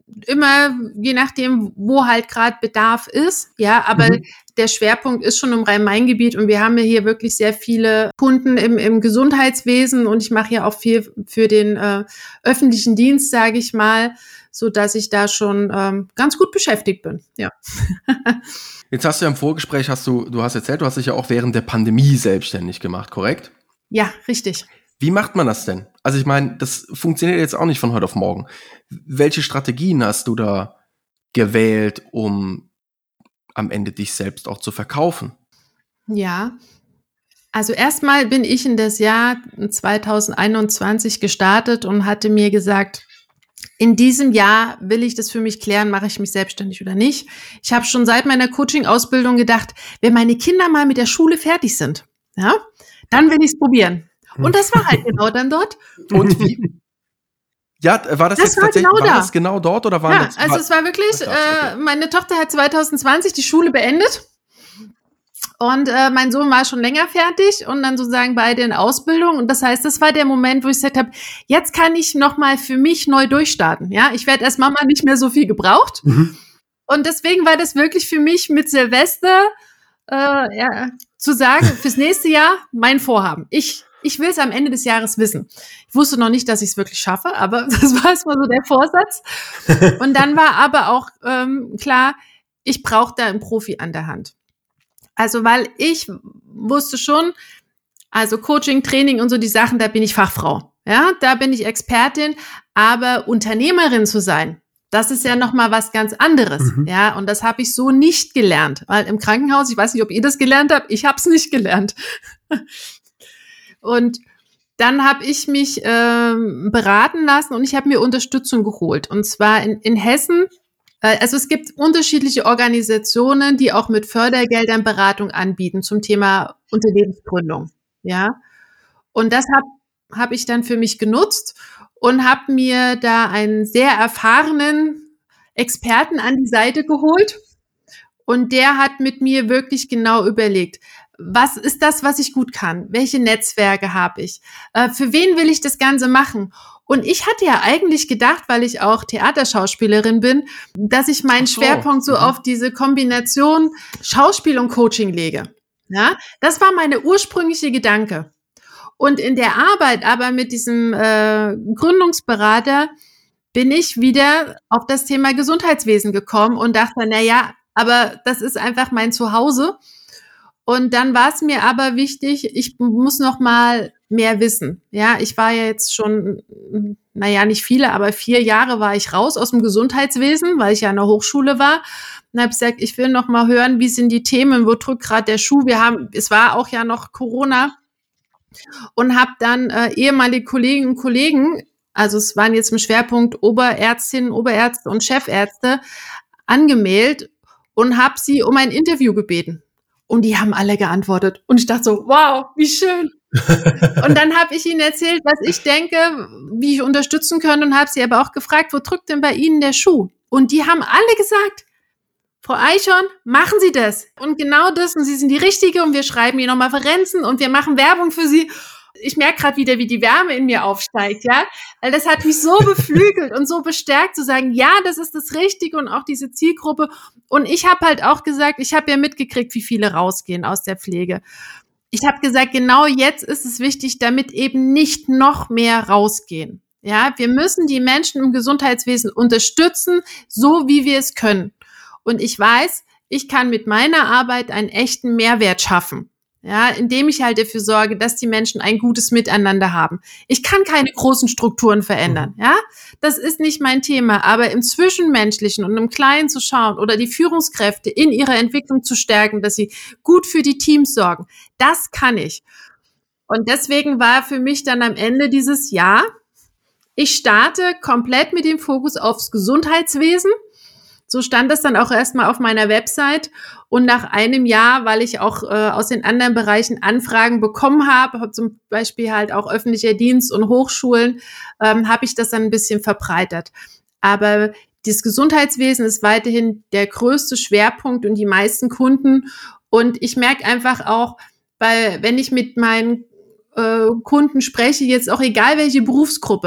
[SPEAKER 4] immer je nachdem, wo halt gerade Bedarf ist. Ja, aber mhm. der Schwerpunkt ist schon im Rhein-Main-Gebiet und wir haben ja hier wirklich sehr viele Kunden im, im Gesundheitswesen und ich mache ja auch viel für den äh, öffentlichen Dienst, sage ich mal, so dass ich da schon ähm, ganz gut beschäftigt bin. Ja.
[SPEAKER 2] Jetzt hast du ja im Vorgespräch, hast du, du hast erzählt, du hast dich ja auch während der Pandemie selbstständig gemacht, korrekt?
[SPEAKER 4] Ja, richtig.
[SPEAKER 2] Wie macht man das denn? Also ich meine, das funktioniert jetzt auch nicht von heute auf morgen. Welche Strategien hast du da gewählt, um am Ende dich selbst auch zu verkaufen?
[SPEAKER 4] Ja, also erstmal bin ich in das Jahr zwanzig einundzwanzig gestartet und hatte mir gesagt, in diesem Jahr will ich das für mich klären, mache ich mich selbstständig oder nicht. Ich habe schon seit meiner Coaching-Ausbildung gedacht, wenn meine Kinder mal mit der Schule fertig sind, ja, dann will ich es probieren. Und das war halt genau dann dort.
[SPEAKER 2] Und wie? Ja, war das,
[SPEAKER 4] das
[SPEAKER 2] jetzt
[SPEAKER 4] war
[SPEAKER 2] tatsächlich
[SPEAKER 4] genau
[SPEAKER 2] war
[SPEAKER 4] da.
[SPEAKER 2] das genau dort oder war
[SPEAKER 4] ja,
[SPEAKER 2] das?
[SPEAKER 4] Also
[SPEAKER 2] war,
[SPEAKER 4] es war wirklich,
[SPEAKER 2] das okay.
[SPEAKER 4] äh, meine Tochter hat zwanzig zwanzig die Schule beendet und äh, mein Sohn war schon länger fertig und dann sozusagen beide in Ausbildung. Und das heißt, das war der Moment, wo ich gesagt habe, jetzt kann ich nochmal für mich neu durchstarten. Ja, ich werde als Mama nicht mehr so viel gebraucht. Mhm. Und deswegen war das wirklich für mich mit Silvester äh, ja, zu sagen, fürs nächste Jahr mein Vorhaben. Ich Ich will es am Ende des Jahres wissen. Ich wusste noch nicht, dass ich es wirklich schaffe, aber das war erstmal so der Vorsatz. Und dann war aber auch ähm, klar, ich brauche da einen Profi an der Hand. Also weil ich wusste schon, also Coaching, Training und so die Sachen, da bin ich Fachfrau. Ja, da bin ich Expertin, aber Unternehmerin zu sein, das ist ja nochmal was ganz anderes. Mhm. Ja, und das habe ich so nicht gelernt. Weil im Krankenhaus, ich weiß nicht, ob ihr das gelernt habt, ich habe es nicht gelernt. Und dann habe ich mich ähm, beraten lassen und ich habe mir Unterstützung geholt. Und zwar in, in Hessen, äh, also es gibt unterschiedliche Organisationen, die auch mit Fördergeldern Beratung anbieten zum Thema Unternehmensgründung. Ja, und das habe hab ich dann für mich genutzt und habe mir da einen sehr erfahrenen Experten an die Seite geholt. Und der hat mit mir wirklich genau überlegt, was ist das, was ich gut kann? Welche Netzwerke habe ich? Äh, für wen will ich das Ganze machen? Und ich hatte ja eigentlich gedacht, weil ich auch Theaterschauspielerin bin, dass ich meinen so. Schwerpunkt so mhm. auf diese Kombination Schauspiel und Coaching lege. Ja, das war meine ursprüngliche Gedanke. Und in der Arbeit aber mit diesem äh, Gründungsberater bin ich wieder auf das Thema Gesundheitswesen gekommen und dachte, na ja, aber das ist einfach mein Zuhause. Und dann war es mir aber wichtig, ich muss noch mal mehr wissen. Ja, ich war ja jetzt schon, naja, nicht viele, aber vier Jahre war ich raus aus dem Gesundheitswesen, weil ich ja an der Hochschule war. Und habe gesagt, ich will noch mal hören, wie sind die Themen, wo drückt gerade der Schuh? Wir haben, es war auch ja noch Corona. Und habe dann äh, ehemalige Kolleginnen und Kollegen, also es waren jetzt im Schwerpunkt Oberärztinnen, Oberärzte und Chefärzte, angemeldet und habe sie um ein Interview gebeten. Und die haben alle geantwortet. Und ich dachte so, wow, wie schön. Und dann habe ich ihnen erzählt, was ich denke, wie ich unterstützen kann und habe sie aber auch gefragt, wo drückt denn bei Ihnen der Schuh? Und die haben alle gesagt, Frau Eichhorn, machen Sie das. Und genau das, und Sie sind die Richtige und wir schreiben Ihnen nochmal Referenzen und wir machen Werbung für Sie. Ich merke gerade wieder, wie die Wärme in mir aufsteigt, ja, weil das hat mich so beflügelt und so bestärkt zu sagen, ja, das ist das Richtige und auch diese Zielgruppe. Und ich habe halt auch gesagt, ich habe ja mitgekriegt, wie viele rausgehen aus der Pflege. Ich habe gesagt, genau jetzt ist es wichtig, damit eben nicht noch mehr rausgehen. Ja, wir müssen die Menschen im Gesundheitswesen unterstützen, so wie wir es können. Und ich weiß, ich kann mit meiner Arbeit einen echten Mehrwert schaffen. Ja, indem ich halt dafür sorge, dass die Menschen ein gutes Miteinander haben. Ich kann keine großen Strukturen verändern, ja. Das ist nicht mein Thema, aber im Zwischenmenschlichen und im Kleinen zu schauen oder die Führungskräfte in ihrer Entwicklung zu stärken, dass sie gut für die Teams sorgen, das kann ich. Und deswegen war für mich dann am Ende dieses Jahr, ich starte komplett mit dem Fokus aufs Gesundheitswesen. So stand das dann auch erstmal auf meiner Website. Und nach einem Jahr, weil ich auch äh, aus den anderen Bereichen Anfragen bekommen habe, zum Beispiel halt auch öffentlicher Dienst und Hochschulen, ähm, habe ich das dann ein bisschen verbreitert. Aber das Gesundheitswesen ist weiterhin der größte Schwerpunkt und die meisten Kunden. Und ich merke einfach auch, weil wenn ich mit meinen äh, Kunden spreche, jetzt auch egal welche Berufsgruppe,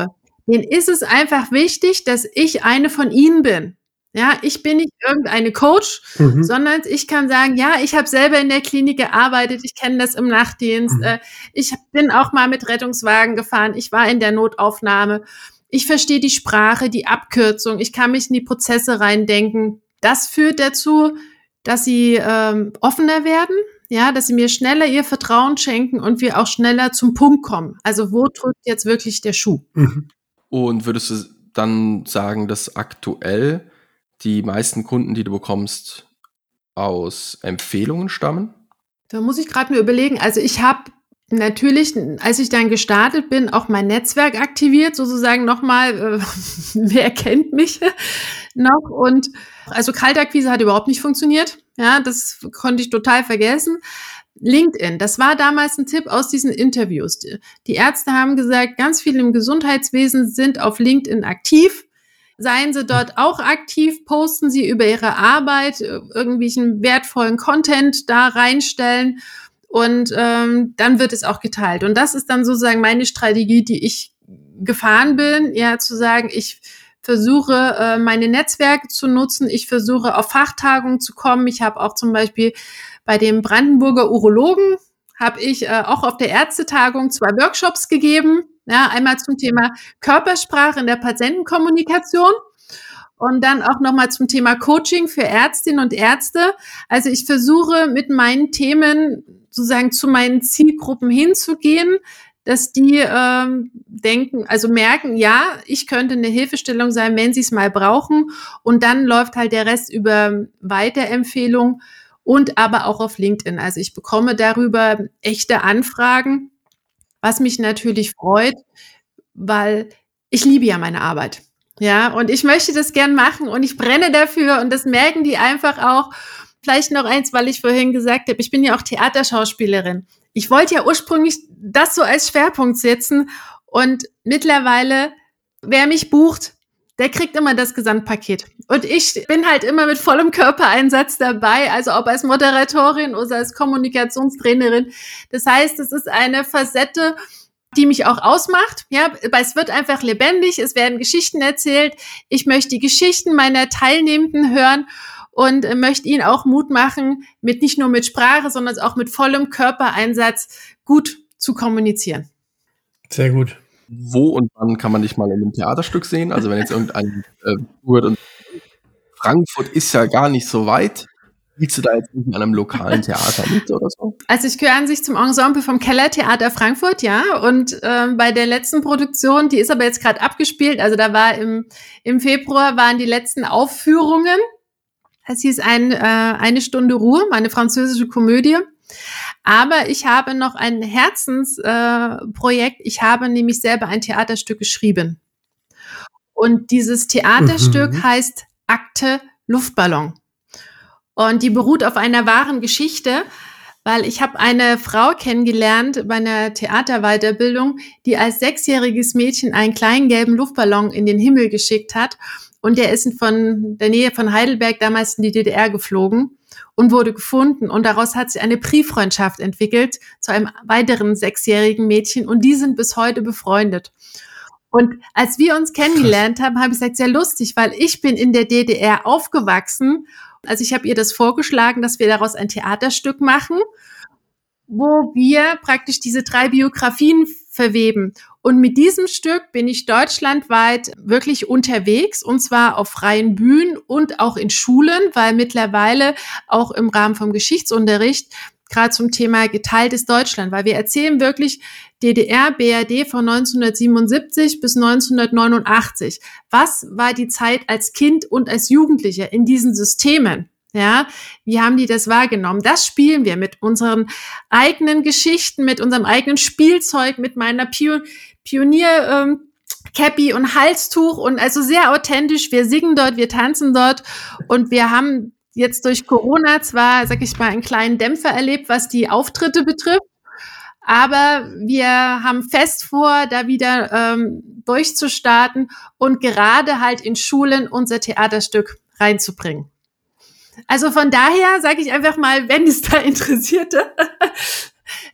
[SPEAKER 4] denen ist es einfach wichtig, dass ich eine von ihnen bin. Ja, ich bin nicht irgendeine Coach, mhm. sondern ich kann sagen, ja, ich habe selber in der Klinik gearbeitet, ich kenne das im Nachtdienst, mhm. äh, ich bin auch mal mit Rettungswagen gefahren, ich war in der Notaufnahme, ich verstehe die Sprache, die Abkürzung, ich kann mich in die Prozesse reindenken. Das führt dazu, dass sie ähm, offener werden, ja, dass sie mir schneller ihr Vertrauen schenken und wir auch schneller zum Punkt kommen. Also wo drückt jetzt wirklich der Schuh?
[SPEAKER 2] Mhm. Und würdest du dann sagen, dass aktuell die meisten Kunden, die du bekommst, aus Empfehlungen stammen?
[SPEAKER 4] Da muss ich gerade nur überlegen. Also ich habe natürlich, als ich dann gestartet bin, auch mein Netzwerk aktiviert, sozusagen nochmal, äh, wer kennt mich noch? Und also Kaltakquise hat überhaupt nicht funktioniert. Ja, das konnte ich total vergessen. LinkedIn, das war damals ein Tipp aus diesen Interviews. Die Ärzte haben gesagt, ganz viele im Gesundheitswesen sind auf LinkedIn aktiv. Seien Sie dort auch aktiv, posten Sie über Ihre Arbeit, irgendwelchen wertvollen Content da reinstellen und ähm, dann wird es auch geteilt. Und das ist dann sozusagen meine Strategie, die ich gefahren bin, ja, zu sagen, ich versuche, äh, meine Netzwerke zu nutzen, ich versuche, auf Fachtagungen zu kommen. Ich habe auch zum Beispiel bei dem Brandenburger Urologen, habe ich äh, auch auf der Ärztetagung zwei Workshops gegeben. Ja, einmal zum Thema Körpersprache in der Patientenkommunikation und dann auch nochmal zum Thema Coaching für Ärztinnen und Ärzte. Also ich versuche mit meinen Themen sozusagen zu meinen Zielgruppen hinzugehen, dass die ähm, denken, also merken, ja, ich könnte eine Hilfestellung sein, wenn sie es mal brauchen. Und dann läuft halt der Rest über Weiterempfehlung und aber auch auf LinkedIn. Also ich bekomme darüber echte Anfragen, was mich natürlich freut, weil ich liebe ja meine Arbeit. Ja, und ich möchte das gern machen und ich brenne dafür und das merken die einfach auch. Vielleicht noch eins, weil ich vorhin gesagt habe, ich bin ja auch Theaterschauspielerin. Ich wollte ja ursprünglich das so als Schwerpunkt setzen und mittlerweile, wer mich bucht, der kriegt immer das Gesamtpaket. Und ich bin halt immer mit vollem Körpereinsatz dabei, also ob als Moderatorin oder als Kommunikationstrainerin. Das heißt, es ist eine Facette, die mich auch ausmacht. Ja, weil es wird einfach lebendig, es werden Geschichten erzählt. Ich möchte die Geschichten meiner Teilnehmenden hören und möchte ihnen auch Mut machen, mit nicht nur mit Sprache, sondern auch mit vollem Körpereinsatz gut zu kommunizieren.
[SPEAKER 3] Sehr gut.
[SPEAKER 2] Wo und wann kann man dich mal in einem Theaterstück sehen? Also wenn jetzt irgendein äh, und Frankfurt ist ja gar nicht so weit. Spielst du da jetzt in einem lokalen Theater mit oder so?
[SPEAKER 4] Also ich gehöre an sich zum Ensemble vom Kellertheater Frankfurt, ja. Und ähm, bei der letzten Produktion, die ist aber jetzt gerade abgespielt, also da war im, im Februar waren die letzten Aufführungen. Es hieß ein, äh, eine Stunde Ruhe, meine französische Komödie. Aber ich habe noch ein Herzensprojekt. Äh, ich habe nämlich selber ein Theaterstück geschrieben. Und dieses Theaterstück mhm. heißt Akte Luftballon. Und die beruht auf einer wahren Geschichte, weil ich habe eine Frau kennengelernt bei einer Theaterweiterbildung, die als sechsjähriges Mädchen einen kleinen gelben Luftballon in den Himmel geschickt hat. Und der ist von der Nähe von Heidelberg damals in die D D R geflogen und wurde gefunden. Und daraus hat sich eine Brieffreundschaft entwickelt zu einem weiteren sechsjährigen Mädchen. Und die sind bis heute befreundet. Und als wir uns kennengelernt haben, habe ich gesagt, sehr lustig, weil ich bin in der D D R aufgewachsen. Also ich habe ihr das vorgeschlagen, dass wir daraus ein Theaterstück machen, wo wir praktisch diese drei Biografien verweben. Und mit diesem Stück bin ich deutschlandweit wirklich unterwegs, und zwar auf freien Bühnen und auch in Schulen, weil mittlerweile auch im Rahmen vom Geschichtsunterricht gerade zum Thema geteiltes Deutschland, weil wir erzählen wirklich D D R, B R D von neunzehnhundertsiebenundsiebzig bis neunzehnhundertneunundachtzig. Was war die Zeit als Kind und als Jugendlicher in diesen Systemen? Ja, wie haben die das wahrgenommen? Das spielen wir mit unseren eigenen Geschichten, mit unserem eigenen Spielzeug, mit meiner Pio- Pionier ähm, Cappy und Halstuch und also sehr authentisch. Wir singen dort, wir tanzen dort und wir haben jetzt durch Corona zwar, sag ich mal, einen kleinen Dämpfer erlebt, was die Auftritte betrifft, aber wir haben fest vor, da wieder ähm, durchzustarten und gerade halt in Schulen unser Theaterstück reinzubringen. Also von daher sage ich einfach mal, wenn es da Interessierte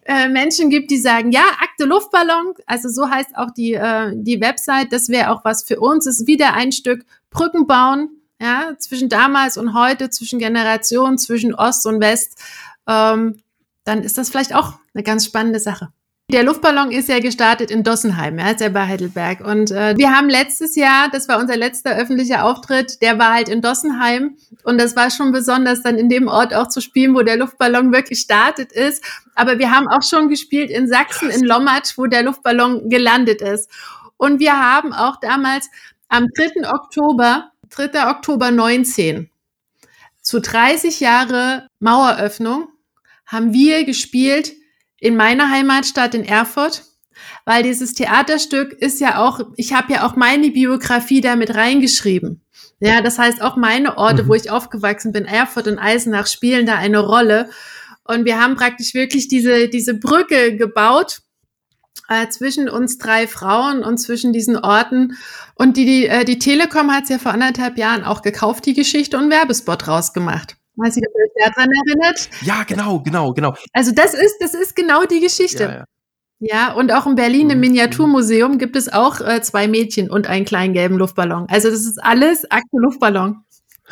[SPEAKER 4] äh, Menschen gibt, die sagen, ja, Akte Luftballon, also so heißt auch die, äh, die Website, das wäre auch was für uns, ist wieder ein Stück Brücken bauen, ja, zwischen damals und heute, zwischen Generationen, zwischen Ost und West, ähm, dann ist das vielleicht auch eine ganz spannende Sache. Der Luftballon ist ja gestartet in Dossenheim, ja, ist ja bei Heidelberg. Und äh, wir haben letztes Jahr, das war unser letzter öffentlicher Auftritt, der war halt in Dossenheim. Und das war schon besonders, dann in dem Ort auch zu spielen, wo der Luftballon wirklich gestartet ist. Aber wir haben auch schon gespielt in Sachsen, in Lommatsch, wo der Luftballon gelandet ist. Und wir haben auch damals am dritten Oktober, dritten Oktober neunzehn, zu dreißig Jahre Maueröffnung, haben wir gespielt in meiner Heimatstadt in Erfurt, weil dieses Theaterstück ist ja auch, ich habe ja auch meine Biografie da mit reingeschrieben. Ja, das heißt auch meine Orte, mhm. wo ich aufgewachsen bin, Erfurt und Eisenach, spielen da eine Rolle. Und wir haben praktisch wirklich diese, diese Brücke gebaut äh, zwischen uns drei Frauen und zwischen diesen Orten. Und die, die, äh, die Telekom hat es ja vor anderthalb Jahren auch gekauft, die Geschichte, und einen Werbespot rausgemacht. Weiß nicht, ob ihr euch daran erinnert.
[SPEAKER 2] Ja, genau, genau, genau.
[SPEAKER 4] Also das ist, das ist genau die Geschichte. Ja, ja. Ja, und auch in Berlin im Miniaturmuseum gibt es auch äh, zwei Mädchen und einen kleinen gelben Luftballon. Also das ist alles Akte Luftballon.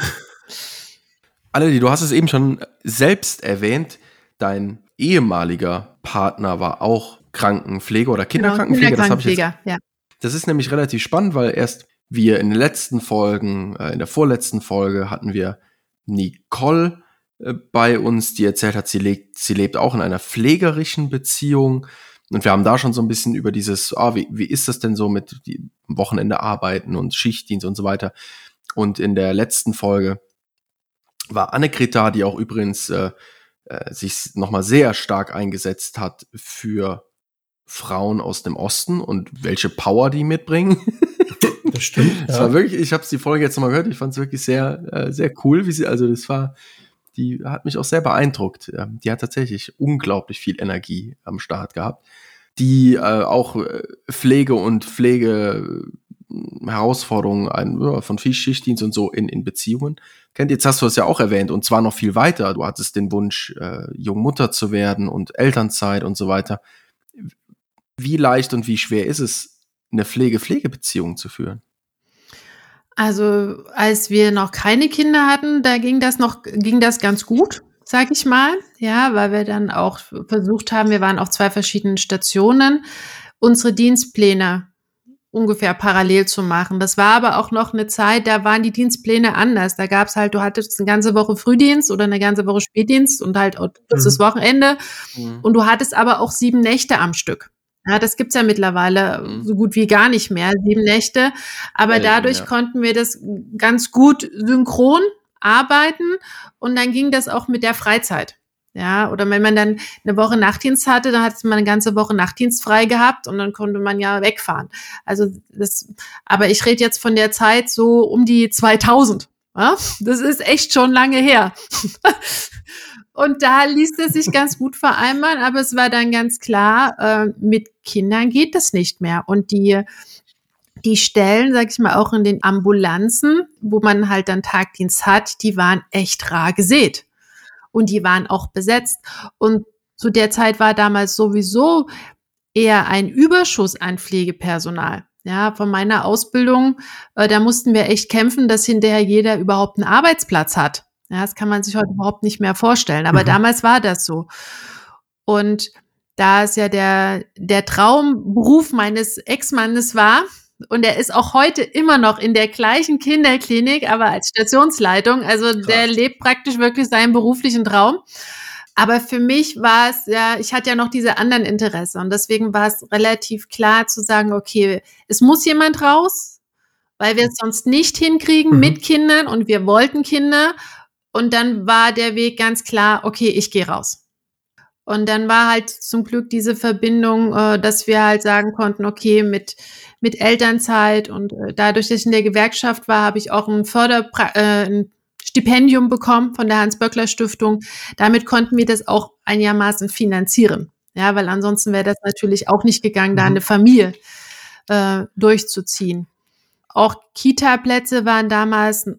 [SPEAKER 2] Anneli, du hast es eben schon selbst erwähnt, dein ehemaliger Partner war auch Krankenpfleger oder Kinderkrankenpfleger.
[SPEAKER 4] Genau, Kinderkrankenpfleger,
[SPEAKER 2] das, hab ich jetzt, ja. Das ist nämlich relativ spannend, weil erst wir in den letzten Folgen, äh, in der vorletzten Folge hatten wir Nicole äh, bei uns, die erzählt hat, sie lebt, sie lebt auch in einer pflegerischen Beziehung. Und wir haben da schon so ein bisschen über dieses, ah, wie, wie ist das denn so mit die Wochenende arbeiten und Schichtdienst und so weiter. Und in der letzten Folge war Annegret da, die auch übrigens äh, äh, sich nochmal sehr stark eingesetzt hat für Frauen aus dem Osten und welche Power die mitbringen.
[SPEAKER 3] Das stimmt. Ja.
[SPEAKER 2] Das war wirklich, ich habe die Folge jetzt nochmal gehört, ich fand es wirklich sehr, äh, sehr cool, wie sie, also das war, die hat mich auch sehr beeindruckt. Die hat tatsächlich unglaublich viel Energie am Start gehabt, die äh, auch Pflege und Pflege Herausforderungen ein, ja, von viel Schichtdienst und so in, in Beziehungen kennt. Jetzt hast du es ja auch erwähnt und zwar noch viel weiter. Du hattest den Wunsch, äh, Jungmutter zu werden und Elternzeit und so weiter. Wie leicht und wie schwer ist es, eine Pflege-Pflege-Beziehung zu führen?
[SPEAKER 4] Also als wir noch keine Kinder hatten, da ging das noch, ging das ganz gut, sag ich mal. Ja, weil wir dann auch versucht haben, wir waren auf zwei verschiedenen Stationen, unsere Dienstpläne ungefähr parallel zu machen. Das war aber auch noch eine Zeit, da waren die Dienstpläne anders. Da gab's halt, du hattest eine ganze Woche Frühdienst oder eine ganze Woche Spätdienst und halt auch kurzes mhm. Wochenende. Mhm. Und du hattest aber auch sieben Nächte am Stück. Ja, das gibt's ja mittlerweile mhm. so gut wie gar nicht mehr, sieben Nächte. Aber Elten, dadurch ja. konnten wir das ganz gut synchron arbeiten und dann ging das auch mit der Freizeit. Ja, oder wenn man dann eine Woche Nachtdienst hatte, dann hat man eine ganze Woche Nachtdienst frei gehabt und dann konnte man ja wegfahren. Also das, aber ich rede jetzt von der Zeit so um die zweitausend. Ja? Das ist echt schon lange her. Und da ließ es sich ganz gut vereinbaren, aber es war dann ganz klar, äh, mit Kindern geht das nicht mehr. Und die, die Stellen, sag ich mal, auch in den Ambulanzen, wo man halt dann Tagdienst hat, die waren echt rar gesät. Und die waren auch besetzt. Und zu der Zeit war damals sowieso eher ein Überschuss an Pflegepersonal. Ja, von meiner Ausbildung, äh, da mussten wir echt kämpfen, dass hinterher jeder überhaupt einen Arbeitsplatz hat. Ja, das kann man sich heute überhaupt nicht mehr vorstellen. Aber mhm. damals war das so. Und da es ja der, der Traumberuf meines Ex-Mannes war, und er ist auch heute immer noch in der gleichen Kinderklinik, aber als Stationsleitung. Also Krass. Der lebt praktisch wirklich seinen beruflichen Traum. Aber für mich war es ja, ich hatte ja noch diese anderen Interesse. Und deswegen war es relativ klar zu sagen, okay, es muss jemand raus, weil wir es sonst nicht hinkriegen mhm. mit Kindern und wir wollten Kinder. Und dann war der Weg ganz klar, okay, ich gehe raus. Und dann war halt zum Glück diese Verbindung, äh, dass wir halt sagen konnten, okay, mit mit Elternzeit und äh, dadurch, dass ich in der Gewerkschaft war, habe ich auch ein Förder äh, ein Stipendium bekommen von der Hans-Böckler-Stiftung. Damit konnten wir das auch einigermaßen finanzieren. Ja, weil ansonsten wäre das natürlich auch nicht gegangen, mhm. da eine Familie äh, durchzuziehen. Auch Kita-Plätze waren damals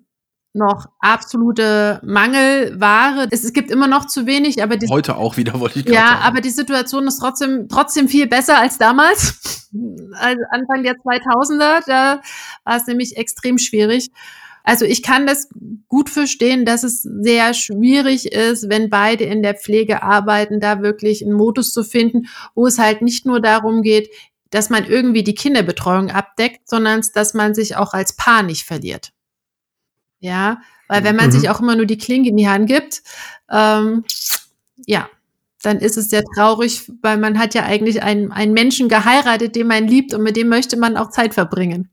[SPEAKER 4] noch absolute Mangelware. Es, es gibt immer noch zu wenig, aber die,
[SPEAKER 2] Heute auch wieder, wollte ich gerade
[SPEAKER 4] ja,
[SPEAKER 2] sagen.
[SPEAKER 4] aber die Situation ist trotzdem trotzdem viel besser als damals. Also Anfang der zweitausender, da war es nämlich extrem schwierig. Also ich kann das gut verstehen, dass es sehr schwierig ist, wenn beide in der Pflege arbeiten, da wirklich einen Modus zu finden, wo es halt nicht nur darum geht, dass man irgendwie die Kinderbetreuung abdeckt, sondern dass man sich auch als Paar nicht verliert. Ja, weil wenn man
[SPEAKER 3] Mhm.
[SPEAKER 4] sich auch immer nur die Klinke in die Hand gibt, ähm, ja, dann ist es sehr traurig, weil man hat ja eigentlich einen, einen Menschen geheiratet, den man liebt und mit dem möchte man auch Zeit verbringen.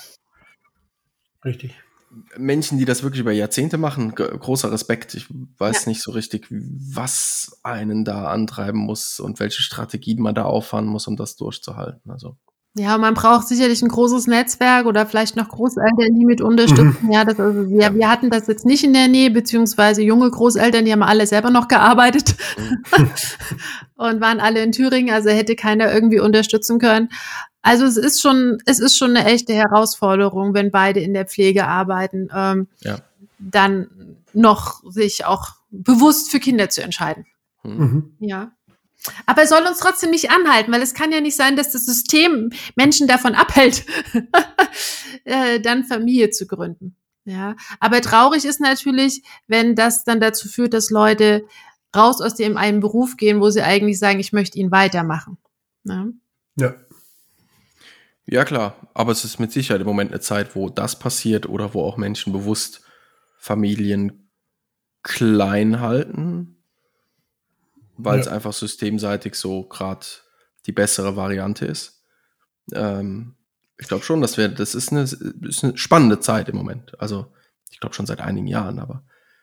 [SPEAKER 3] Richtig.
[SPEAKER 2] Menschen, die das wirklich über Jahrzehnte machen, g- großer Respekt. Ich weiß
[SPEAKER 4] Ja.
[SPEAKER 2] nicht so richtig, was einen da antreiben muss und welche Strategien man da auffahren muss, um das durchzuhalten. Also
[SPEAKER 4] Ja, man braucht sicherlich ein großes Netzwerk oder vielleicht noch Großeltern, die mit unterstützen. Ja, das, also wir,
[SPEAKER 2] Ja.
[SPEAKER 4] wir hatten das jetzt nicht in der Nähe, beziehungsweise junge Großeltern, die haben alle selber noch gearbeitet und waren alle in Thüringen, also hätte keiner irgendwie unterstützen können. Also es ist schon, es ist schon eine echte Herausforderung, wenn beide in der Pflege arbeiten, ähm,
[SPEAKER 2] ja.
[SPEAKER 4] dann noch sich auch bewusst für Kinder zu entscheiden.
[SPEAKER 2] Hm.
[SPEAKER 3] Mhm.
[SPEAKER 4] Ja. Aber es soll uns trotzdem nicht anhalten, weil es kann ja nicht sein, dass das System Menschen davon abhält, äh, dann Familie zu gründen. Ja. Aber traurig ist natürlich, wenn das dann dazu führt, dass Leute raus aus dem einen Beruf gehen, wo sie eigentlich sagen, ich möchte ihn weitermachen. Ja.
[SPEAKER 3] Ja.
[SPEAKER 2] Ja, klar. Aber es ist mit Sicherheit im Moment eine Zeit, wo das passiert oder wo auch Menschen bewusst Familien klein halten, weil es
[SPEAKER 3] Ja.
[SPEAKER 2] einfach systemseitig so gerade die bessere Variante ist. Ähm, ich glaube schon, dass wir, das ist eine, ist eine spannende Zeit im Moment. Also ich glaube schon seit einigen Jahren, aber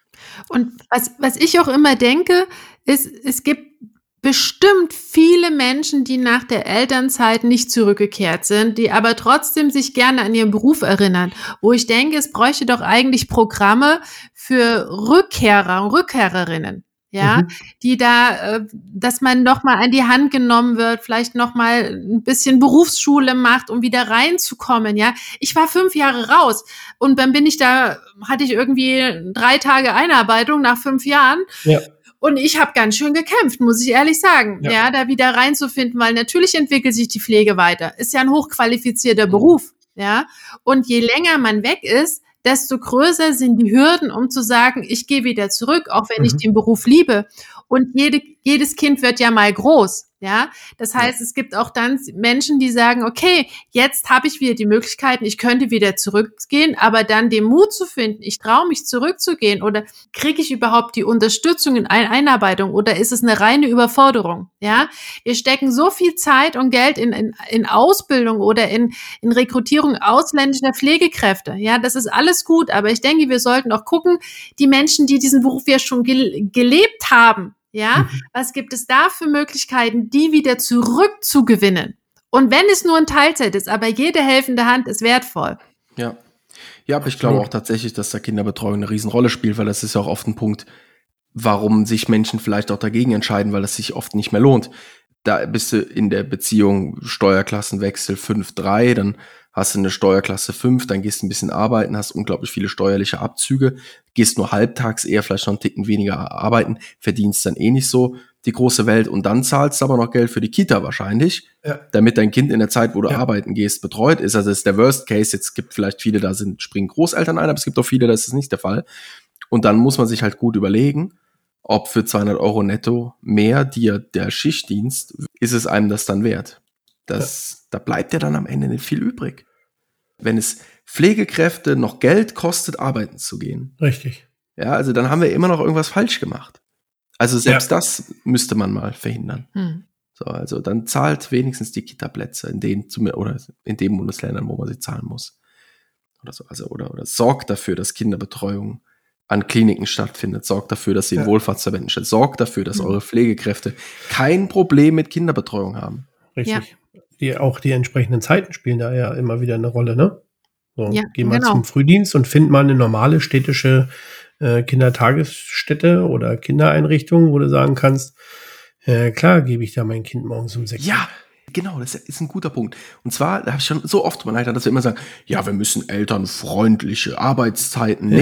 [SPEAKER 4] Und was, was ich auch immer denke, ist, es gibt bestimmt viele Menschen, die nach der Elternzeit nicht zurückgekehrt sind, die aber trotzdem sich gerne an ihren Beruf erinnern. Wo ich denke, es bräuchte doch eigentlich Programme für Rückkehrer und Rückkehrerinnen. Ja,
[SPEAKER 3] Mhm.
[SPEAKER 4] die da, äh, dass man noch mal an die Hand genommen wird, vielleicht noch mal ein bisschen Berufsschule macht, um wieder reinzukommen. Ja, ich war fünf Jahre raus und dann bin ich da, hatte ich irgendwie drei Tage Einarbeitung nach fünf Jahren.
[SPEAKER 3] Ja.
[SPEAKER 4] Und ich habe ganz schön gekämpft, muss ich ehrlich sagen,
[SPEAKER 3] Ja.
[SPEAKER 4] ja. da wieder reinzufinden, weil natürlich entwickelt sich die Pflege weiter. Ist ja ein hochqualifizierter Beruf, ja. Und je länger man weg ist, desto größer sind die Hürden, um zu sagen, ich gehe wieder zurück, auch wenn ich
[SPEAKER 3] Mhm.
[SPEAKER 4] den Beruf liebe. Und jede, jedes Kind wird ja mal groß, ja. Das heißt, es gibt auch dann Menschen, die sagen, okay, jetzt habe ich wieder die Möglichkeiten, ich könnte wieder zurückgehen, aber dann den Mut zu finden, ich traue mich zurückzugehen oder kriege ich überhaupt die Unterstützung in Ein- Einarbeitung oder ist es eine reine Überforderung, ja. Wir stecken so viel Zeit und Geld in, in, in Ausbildung oder in, in Rekrutierung ausländischer Pflegekräfte, ja. Das ist alles gut, aber ich denke, wir sollten auch gucken, die Menschen, die diesen Beruf ja schon gel- gelebt haben, ja,
[SPEAKER 3] Mhm.
[SPEAKER 4] was gibt es da für Möglichkeiten, die wieder zurückzugewinnen? Und wenn es nur in Teilzeit ist, aber jede helfende Hand ist wertvoll.
[SPEAKER 2] ja. Ja, aber ich glaube
[SPEAKER 3] Absolut.
[SPEAKER 2] auch tatsächlich, dass da Kinderbetreuung eine Riesenrolle spielt, weil das ist ja auch oft ein Punkt, warum sich Menschen vielleicht auch dagegen entscheiden, weil es sich oft nicht mehr lohnt. Da bist du in der Beziehung Steuerklassenwechsel fünf drei, dann hast du eine Steuerklasse fünf, dann gehst du ein bisschen arbeiten, hast unglaublich viele steuerliche Abzüge, gehst nur halbtags eher vielleicht noch einen Ticken weniger arbeiten, verdienst dann eh nicht so die große Welt und dann zahlst du aber noch Geld für die Kita wahrscheinlich,
[SPEAKER 3] Ja.
[SPEAKER 2] damit dein Kind in der Zeit, wo du
[SPEAKER 3] Ja.
[SPEAKER 2] arbeiten gehst, betreut ist. Also das ist der Worst Case. Jetzt gibt vielleicht viele, da sind springen Großeltern ein, aber es gibt auch viele, da ist es nicht der Fall. Und dann muss man sich halt gut überlegen, ob für zweihundert Euro netto mehr dir der Schichtdienst, ist es einem das dann wert? Das, Da bleibt ja dann am Ende nicht viel übrig. Wenn es Pflegekräfte noch Geld kostet, arbeiten zu gehen,
[SPEAKER 3] Richtig.
[SPEAKER 2] ja, also dann haben wir immer noch irgendwas falsch gemacht. Also selbst
[SPEAKER 3] Ja.
[SPEAKER 2] das müsste man mal verhindern.
[SPEAKER 4] Hm.
[SPEAKER 2] So, also dann zahlt wenigstens die Kita-Plätze in den zum- oder in den Bundesländern, wo man sie zahlen muss. Oder so, also oder oder sorgt dafür, dass Kinderbetreuung an Kliniken stattfindet, sorgt dafür, dass sie in
[SPEAKER 3] Ja.
[SPEAKER 2] Wohlfahrtsverbänden steht, sorgt dafür, dass
[SPEAKER 4] Mhm.
[SPEAKER 2] eure Pflegekräfte kein Problem mit Kinderbetreuung haben.
[SPEAKER 3] Richtig. Die, auch die entsprechenden Zeiten spielen da ja immer wieder eine Rolle, ne? So,
[SPEAKER 4] Ja,
[SPEAKER 3] geh mal
[SPEAKER 4] genau.
[SPEAKER 3] zum Frühdienst und find mal eine normale städtische äh, Kindertagesstätte oder Kindereinrichtung, wo du sagen kannst, äh, klar, gebe ich da mein Kind morgens um sechs.
[SPEAKER 2] Ja, genau, das ist ein guter Punkt. Und zwar, da habe ich schon so oft drüber nachgedacht, dass wir immer sagen, ja, wir müssen elternfreundliche Arbeitszeiten.
[SPEAKER 3] Ja.
[SPEAKER 2] Nee,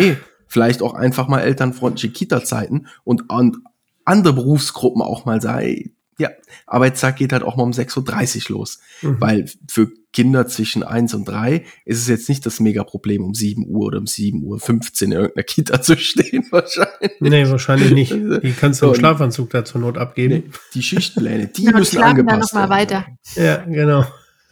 [SPEAKER 2] vielleicht auch einfach mal elternfreundliche Kita-Zeiten und, und andere Berufsgruppen auch mal sei, ja, Arbeitstag geht halt auch mal um sechs Uhr dreißig los, mhm. weil für Kinder zwischen eins und drei ist es jetzt nicht das Mega-Problem, um sieben Uhr oder um sieben Uhr fünfzehn in irgendeiner Kita zu stehen, wahrscheinlich.
[SPEAKER 3] Nee, wahrscheinlich nicht. Die kannst du im Schlafanzug da zur Not abgeben.
[SPEAKER 2] Nee, die Schichtpläne, die
[SPEAKER 4] ja,
[SPEAKER 2] müssen
[SPEAKER 4] die
[SPEAKER 2] angepasst
[SPEAKER 4] dann noch mal
[SPEAKER 2] werden.
[SPEAKER 4] Weiter.
[SPEAKER 3] Ja, genau.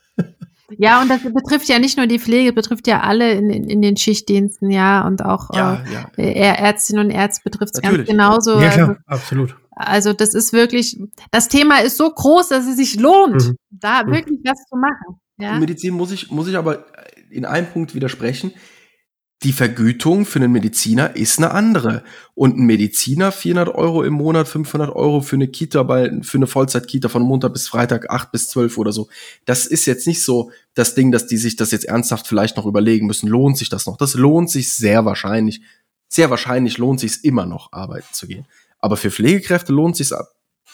[SPEAKER 4] Ja, und das betrifft ja nicht nur die Pflege, betrifft ja alle in, in, in den Schichtdiensten, ja, und auch
[SPEAKER 2] ja,
[SPEAKER 4] äh,
[SPEAKER 2] ja.
[SPEAKER 4] Ärztinnen und Ärzte betrifft es ganz
[SPEAKER 2] Natürlich.
[SPEAKER 4] genauso.
[SPEAKER 3] Ja, klar,
[SPEAKER 4] also,
[SPEAKER 3] absolut.
[SPEAKER 4] Also das ist wirklich, das Thema ist so groß, dass es sich lohnt,
[SPEAKER 3] Mhm.
[SPEAKER 4] da
[SPEAKER 3] Mhm.
[SPEAKER 4] wirklich was zu machen. Ja?
[SPEAKER 2] Medizin muss ich, muss ich aber in einem Punkt widersprechen. Die Vergütung für einen Mediziner ist eine andere. Und ein Mediziner vierhundert Euro im Monat, fünfhundert Euro für eine Kita, bei, für eine Vollzeit-Kita von Montag bis Freitag, acht bis zwölf oder so. Das ist jetzt nicht so das Ding, dass die sich das jetzt ernsthaft vielleicht noch überlegen müssen. Lohnt sich das noch? Das lohnt sich sehr wahrscheinlich. Sehr wahrscheinlich lohnt sich es immer noch, arbeiten zu gehen. Aber für Pflegekräfte lohnt sich's ab.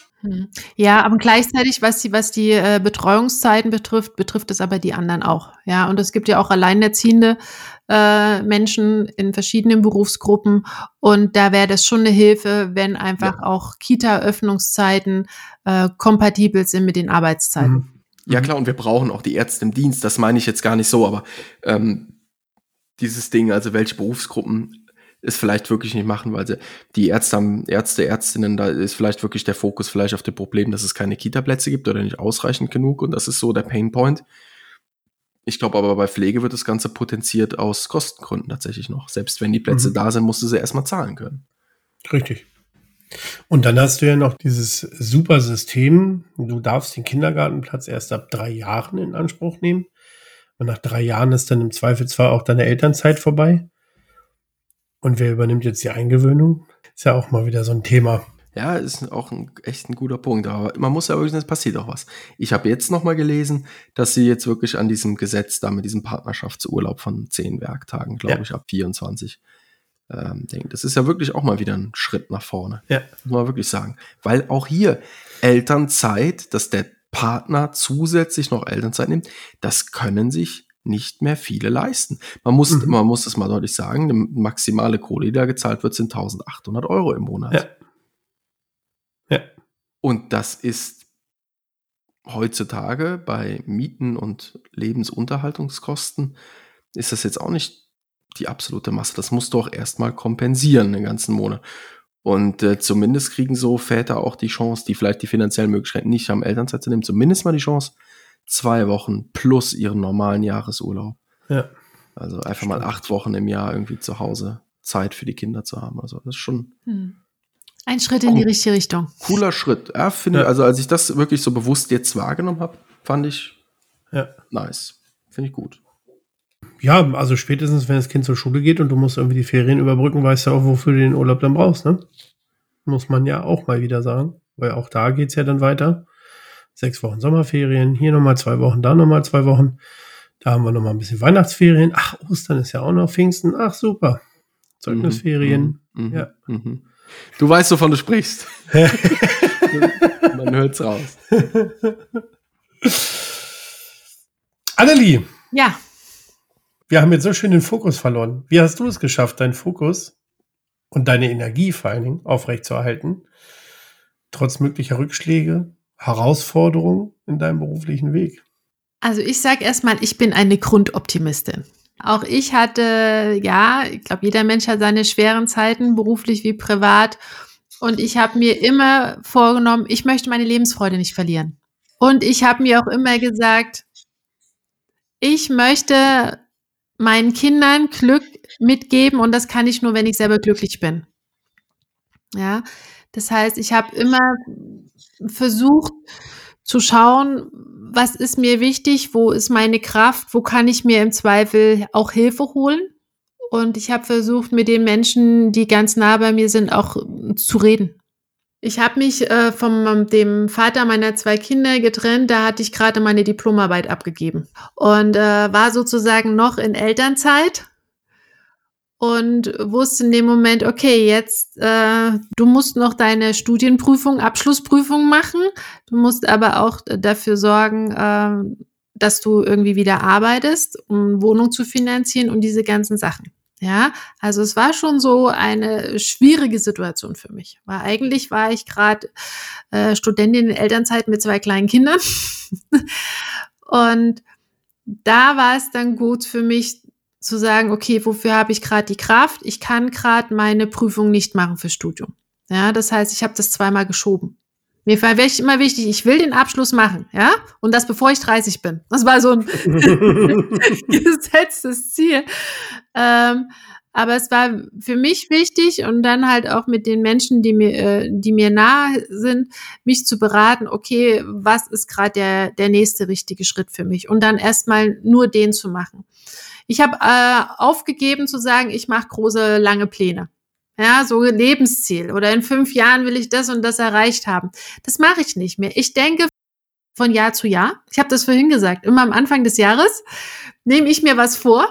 [SPEAKER 4] Ja, aber gleichzeitig, was die, was die äh, Betreuungszeiten betrifft, betrifft es aber die anderen auch. Ja, und es gibt ja auch alleinerziehende äh, Menschen in verschiedenen Berufsgruppen. Und da wäre das schon eine Hilfe, wenn einfach ja. auch Kita-Öffnungszeiten äh, kompatibel sind mit den Arbeitszeiten.
[SPEAKER 3] Mhm.
[SPEAKER 2] Ja klar, und wir brauchen auch die Ärzte im Dienst. Das meine ich jetzt gar nicht so, aber ähm, dieses Ding, also welche Berufsgruppen es vielleicht wirklich nicht machen, weil sie die Ärzte haben, Ärzte, Ärztinnen, da ist vielleicht wirklich der Fokus vielleicht auf dem Problem, dass es keine Kita-Plätze gibt oder nicht ausreichend genug und das ist so der Painpoint. Ich glaube aber bei Pflege wird das Ganze potenziert aus Kostengründen tatsächlich noch. Selbst wenn die Plätze mhm. da sind, musst du sie erstmal zahlen können.
[SPEAKER 3] Richtig. Und dann hast du ja noch dieses super System, du darfst den Kindergartenplatz erst ab drei Jahren in Anspruch nehmen und nach drei Jahren ist dann im Zweifelsfall auch deine Elternzeit vorbei. Und wer übernimmt jetzt die Eingewöhnung? Ist ja auch mal wieder so ein Thema.
[SPEAKER 2] Ja, ist auch ein, echt ein guter Punkt. Aber man muss ja wirklich sagen, es passiert auch was. Ich habe jetzt noch mal gelesen, dass sie jetzt wirklich an diesem Gesetz da mit diesem Partnerschaftsurlaub von zehn Werktagen, glaube ja. ich, ab vierundzwanzig ähm, denken. Das ist ja wirklich auch mal wieder ein Schritt nach vorne.
[SPEAKER 3] Ja.
[SPEAKER 2] Muss man wirklich sagen. Weil auch hier Elternzeit, dass der Partner zusätzlich noch Elternzeit nimmt, das können sich nicht mehr viele leisten. Man muss, mhm. man muss das mal deutlich sagen, die maximale Kohle, die da gezahlt wird, sind eintausendachthundert Euro im Monat.
[SPEAKER 3] Ja. Ja.
[SPEAKER 2] Und das ist heutzutage bei Mieten und Lebensunterhaltungskosten ist das jetzt auch nicht die absolute Masse. Das musst du auch erstmal kompensieren den ganzen Monat. Und äh, zumindest kriegen so Väter auch die Chance, die vielleicht die finanziellen Möglichkeiten nicht haben, Elternzeit zu nehmen, zumindest mal die Chance, zwei Wochen plus ihren normalen Jahresurlaub.
[SPEAKER 3] Ja.
[SPEAKER 2] Also einfach Stimmt. mal acht Wochen im Jahr irgendwie zu Hause Zeit für die Kinder zu haben. Also das ist schon
[SPEAKER 4] hm. ein Schritt in die richtige Richtung.
[SPEAKER 2] Cooler Schritt. Ja, finde ja. Also als ich das wirklich so bewusst jetzt wahrgenommen habe, fand ich
[SPEAKER 3] ja.
[SPEAKER 2] nice. Finde ich gut.
[SPEAKER 3] Ja, also spätestens, wenn das Kind zur Schule geht und du musst irgendwie die Ferien überbrücken, weißt du auch, wofür du den Urlaub dann brauchst, ne? Muss man ja auch mal wieder sagen. Weil auch da geht's ja dann weiter. Sechs Wochen Sommerferien, hier nochmal zwei Wochen, da nochmal zwei Wochen. Da haben wir nochmal ein bisschen Weihnachtsferien. Ach, Ostern ist ja auch noch Pfingsten. Ach, super. Zeugnisferien.
[SPEAKER 2] Mhm,
[SPEAKER 3] ja.
[SPEAKER 2] Mhm. Du weißt, wovon du sprichst. Man hört's raus.
[SPEAKER 3] Annelie.
[SPEAKER 4] Ja.
[SPEAKER 3] Wir haben jetzt so schön den Fokus verloren. Wie hast du es geschafft, deinen Fokus und deine Energie vor allen Dingen aufrechtzuerhalten, trotz möglicher Rückschläge, Herausforderungen in deinem beruflichen Weg?
[SPEAKER 4] Also ich sage erstmal, ich bin eine Grundoptimistin. Auch ich hatte, ja, ich glaube, jeder Mensch hat seine schweren Zeiten, beruflich wie privat. Und ich habe mir immer vorgenommen, ich möchte meine Lebensfreude nicht verlieren. Und ich habe mir auch immer gesagt, ich möchte meinen Kindern Glück mitgeben und das kann ich nur, wenn ich selber glücklich bin. Ja, das heißt, ich habe immer versucht zu schauen, was ist mir wichtig, wo ist meine Kraft, wo kann ich mir im Zweifel auch Hilfe holen. Und ich habe versucht, mit den Menschen, die ganz nah bei mir sind, auch zu reden. Ich habe mich äh, von dem Vater meiner zwei Kinder getrennt, da hatte ich gerade meine Diplomarbeit abgegeben und äh, war sozusagen noch in Elternzeit und wusste in dem Moment, okay, jetzt, äh, du musst noch deine Studienprüfung, Abschlussprüfung machen, du musst aber auch dafür sorgen, äh, dass du irgendwie wieder arbeitest, um Wohnung zu finanzieren und diese ganzen Sachen. Ja, also es war schon so eine schwierige Situation für mich, weil eigentlich war ich gerade äh, Studentin in Elternzeit mit zwei kleinen Kindern und da war es dann gut für mich zu sagen, okay, wofür habe ich gerade die Kraft? Ich kann gerade meine Prüfung nicht machen fürs Studium. Ja, das heißt, ich habe das zweimal geschoben. Mir war wirklich immer wichtig, ich will den Abschluss machen, ja, und das bevor ich dreißig bin. Das war so ein gesetztes Ziel. Ähm, aber es war für mich wichtig und dann halt auch mit den Menschen, die mir, äh, die mir nahe sind, mich zu beraten, okay, was ist gerade der, der nächste richtige Schritt für mich? Und dann erstmal nur den zu machen. Ich habe äh, aufgegeben zu sagen, ich mache große, lange Pläne. Ja, so ein Lebensziel. Oder in fünf Jahren will ich das und das erreicht haben. Das mache ich nicht mehr. Ich denke von Jahr zu Jahr. Ich habe das vorhin gesagt. Immer am Anfang des Jahres nehme ich mir was vor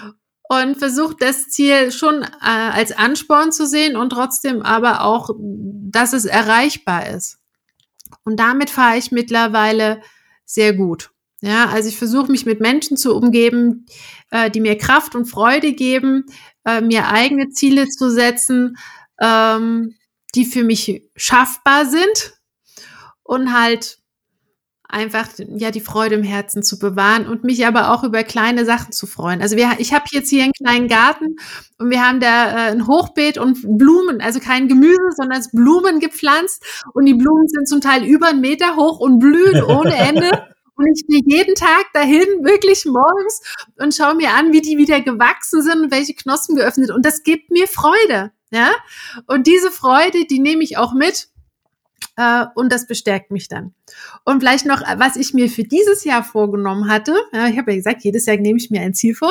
[SPEAKER 4] und versuche das Ziel schon äh, als Ansporn zu sehen und trotzdem aber auch, dass es erreichbar ist. Und damit fahre ich mittlerweile sehr gut. Ja, also ich versuche mich mit Menschen zu umgeben, äh, die mir Kraft und Freude geben, äh, mir eigene Ziele zu setzen, ähm, die für mich schaffbar sind und halt einfach ja die Freude im Herzen zu bewahren und mich aber auch über kleine Sachen zu freuen. Also wir, ich habe jetzt hier einen kleinen Garten und wir haben da äh, ein Hochbeet und Blumen, also kein Gemüse, sondern Blumen gepflanzt und die Blumen sind zum Teil über einen Meter hoch und blühen ohne Ende. Und ich gehe jeden Tag dahin, wirklich morgens, und schaue mir an, wie die wieder gewachsen sind und welche Knospen geöffnet. Und das gibt mir Freude, ja. Und diese Freude, die nehme ich auch mit, äh, und das bestärkt mich dann. Und vielleicht noch, was ich mir für dieses Jahr vorgenommen hatte. Ja, ich habe ja gesagt, jedes Jahr nehme ich mir ein Ziel vor.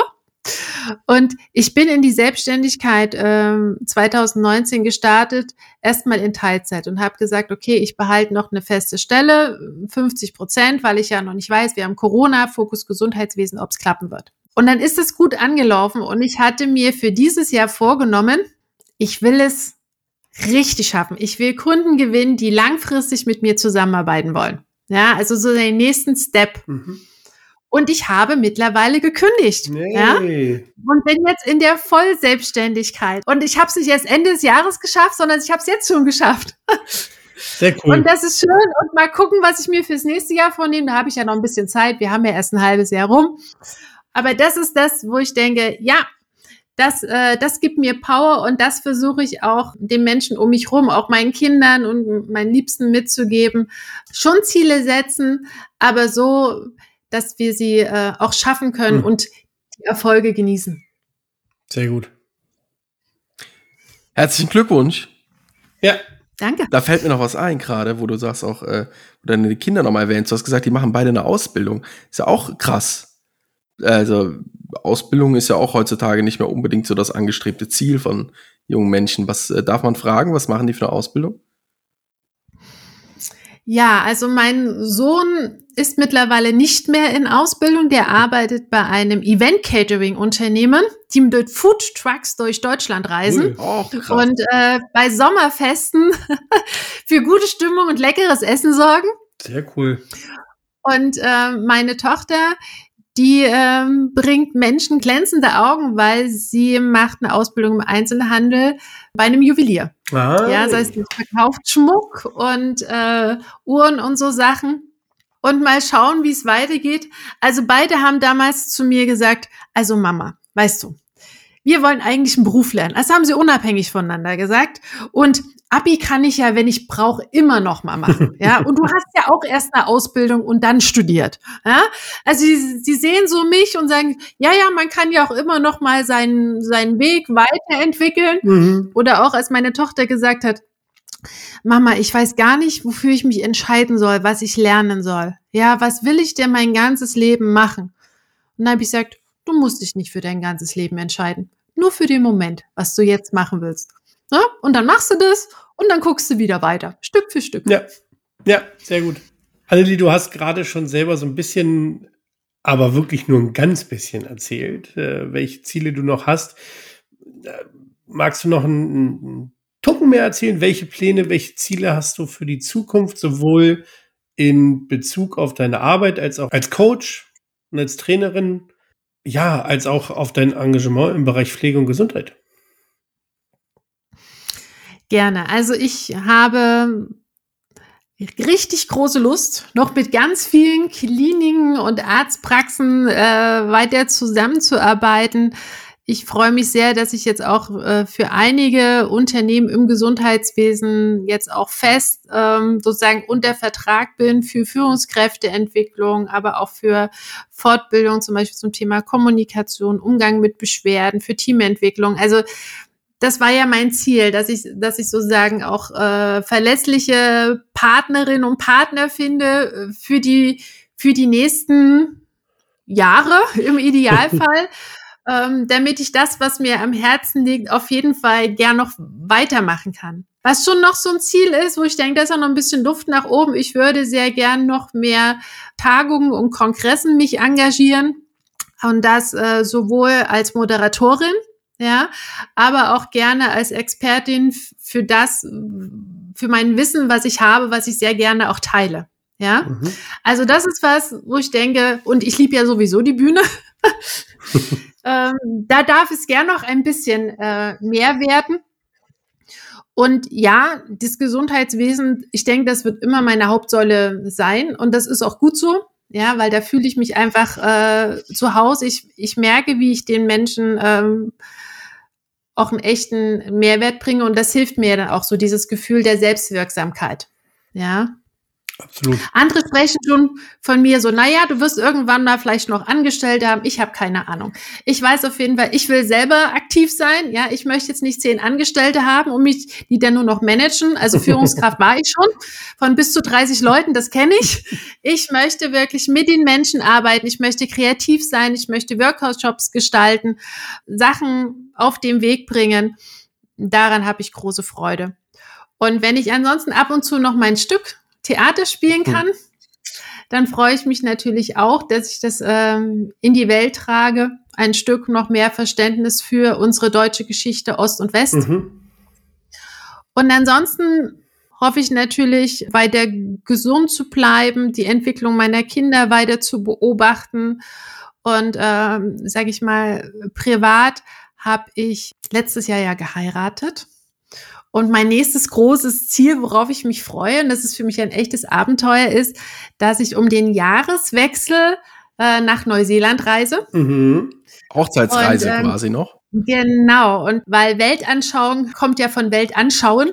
[SPEAKER 4] Und ich bin in die Selbstständigkeit ähm, zwanzig neunzehn gestartet, erstmal in Teilzeit und habe gesagt, okay, ich behalte noch eine feste Stelle, fünfzig Prozent, weil ich ja noch nicht weiß, wir haben Corona, Fokus Gesundheitswesen, ob es klappen wird. Und dann ist es gut angelaufen und ich hatte mir für dieses Jahr vorgenommen, ich will es richtig schaffen. Ich will Kunden gewinnen, die langfristig mit mir zusammenarbeiten wollen. Ja, also so den nächsten Step. Mhm. Und ich habe mittlerweile gekündigt. Nee. Ja? Und bin jetzt in der Vollselbstständigkeit. Und ich habe es nicht erst Ende des Jahres geschafft, sondern ich habe es jetzt schon geschafft.
[SPEAKER 3] Sehr cool.
[SPEAKER 4] Und das ist schön. Und mal gucken, was ich mir fürs nächste Jahr vornehme. Da habe ich ja noch ein bisschen Zeit. Wir haben ja erst ein halbes Jahr rum. Aber das ist das, wo ich denke, ja, das, äh, das gibt mir Power und das versuche ich auch den Menschen um mich rum, auch meinen Kindern und meinen Liebsten mitzugeben. Schon Ziele setzen, aber so, dass wir sie äh, auch schaffen können, mhm, und die Erfolge genießen.
[SPEAKER 3] Sehr gut.
[SPEAKER 2] Herzlichen Glückwunsch.
[SPEAKER 3] Ja.
[SPEAKER 4] Danke.
[SPEAKER 2] Da fällt mir noch was ein gerade, wo du sagst auch, äh, wo deine Kinder nochmal erwähnst. Du hast gesagt, die machen beide eine Ausbildung. Ist ja auch krass. Also Ausbildung ist ja auch heutzutage nicht mehr unbedingt so das angestrebte Ziel von jungen Menschen. Was äh, darf man fragen? Was machen die für eine Ausbildung?
[SPEAKER 4] Ja, also mein Sohn ist mittlerweile nicht mehr in Ausbildung. Der arbeitet bei einem Event-Catering-Unternehmen, die mit Food Trucks durch Deutschland reisen.
[SPEAKER 2] Oh, krass.
[SPEAKER 4] Und äh, bei Sommerfesten für gute Stimmung und leckeres Essen sorgen.
[SPEAKER 3] Sehr cool.
[SPEAKER 4] Und äh, meine Tochter, die ähm, bringt Menschen glänzende Augen, weil sie macht eine Ausbildung im Einzelhandel bei einem Juwelier. Ah. Ja, das heißt, sie verkauft Schmuck und äh, Uhren und so Sachen. Und mal schauen, wie es weitergeht. Also beide haben damals zu mir gesagt, also Mama, weißt du, wir wollen eigentlich einen Beruf lernen. Das haben sie unabhängig voneinander gesagt. Und Abi kann ich ja, wenn ich brauche, immer noch mal machen. Ja, und du hast ja auch erst eine Ausbildung und dann studiert. Ja, also sie, sie sehen so mich und sagen, ja, ja, man kann ja auch immer noch mal seinen seinen Weg weiterentwickeln. Mhm. Oder auch als meine Tochter gesagt hat, Mama, ich weiß gar nicht, wofür ich mich entscheiden soll, was ich lernen soll. Ja, was will ich denn mein ganzes Leben machen? Und dann habe ich gesagt, du musst dich nicht für dein ganzes Leben entscheiden. Nur für den Moment, was du jetzt machen willst. Ja? Und dann machst du das und dann guckst du wieder weiter. Stück für Stück.
[SPEAKER 3] Ja, ja, sehr gut. Annelie, du hast gerade schon selber so ein bisschen, aber wirklich nur ein ganz bisschen erzählt, äh, welche Ziele du noch hast. Äh, magst du noch einen, einen Tucken mehr erzählen? Welche Pläne, welche Ziele hast du für die Zukunft, sowohl in Bezug auf deine Arbeit als auch als Coach und als Trainerin? ja, als auch auf dein Engagement im Bereich Pflege und Gesundheit.
[SPEAKER 4] Gerne. Also ich habe richtig große Lust, noch mit ganz vielen Kliniken und Arztpraxen äh, weiter zusammenzuarbeiten. Ich freue mich sehr, dass ich jetzt auch äh, für einige Unternehmen im Gesundheitswesen jetzt auch fest ähm, sozusagen unter Vertrag bin für Führungskräfteentwicklung, aber auch für Fortbildung, zum Beispiel zum Thema Kommunikation, Umgang mit Beschwerden, für Teamentwicklung. Also das war ja mein Ziel, dass ich, dass ich sozusagen auch äh, verlässliche Partnerinnen und Partner finde für die, für die nächsten Jahre im Idealfall, ähm, damit ich das, was mir am Herzen liegt, auf jeden Fall gern noch weitermachen kann. Was schon noch so ein Ziel ist, wo ich denke, da ist auch noch ein bisschen Luft nach oben. Ich würde sehr gern noch mehr Tagungen und Kongressen mich engagieren und das äh, sowohl als Moderatorin, ja, aber auch gerne als Expertin für das, für mein Wissen, was ich habe, was ich sehr gerne auch teile. Ja, mhm. Also das ist was, wo ich denke, und ich liebe ja sowieso die Bühne, ähm, da darf es gern noch ein bisschen äh, mehr werden. Und ja, das Gesundheitswesen, ich denke, das wird immer meine Hauptsäule sein und das ist auch gut so. Ja, weil da fühle ich mich einfach äh, zu Hause. Ich, ich merke, wie ich den Menschen ähm, auch einen echten Mehrwert bringe und das hilft mir dann auch so, dieses Gefühl der Selbstwirksamkeit. Ja.
[SPEAKER 3] Absolut.
[SPEAKER 4] Andere sprechen schon von mir so, naja, du wirst irgendwann mal vielleicht noch Angestellte haben. Ich habe keine Ahnung. Ich weiß auf jeden Fall, ich will selber aktiv sein. Ja, ich möchte jetzt nicht zehn Angestellte haben und mich, die dann nur noch managen. Also Führungskraft war ich schon von bis zu dreißig Leuten, das kenne ich. Ich möchte wirklich mit den Menschen arbeiten. Ich möchte kreativ sein. Ich möchte Workshops gestalten, Sachen auf den Weg bringen. Daran habe ich große Freude. Und wenn ich ansonsten ab und zu noch mein Stück Theater spielen kann, dann freue ich mich natürlich auch, dass ich das ähm, in die Welt trage, ein Stück noch mehr Verständnis für unsere deutsche Geschichte Ost und West. Mhm. Und ansonsten hoffe ich natürlich, weiter gesund zu bleiben, die Entwicklung meiner Kinder weiter zu beobachten und, ähm, sage ich mal, privat habe ich letztes Jahr ja geheiratet. Und mein nächstes großes Ziel, worauf ich mich freue, und das ist für mich ein echtes Abenteuer, ist, dass ich um den Jahreswechsel äh, nach Neuseeland reise.
[SPEAKER 2] Mhm. Hochzeitsreise und, ähm, quasi noch.
[SPEAKER 4] Genau, und weil Weltanschauung kommt ja von Weltanschauen.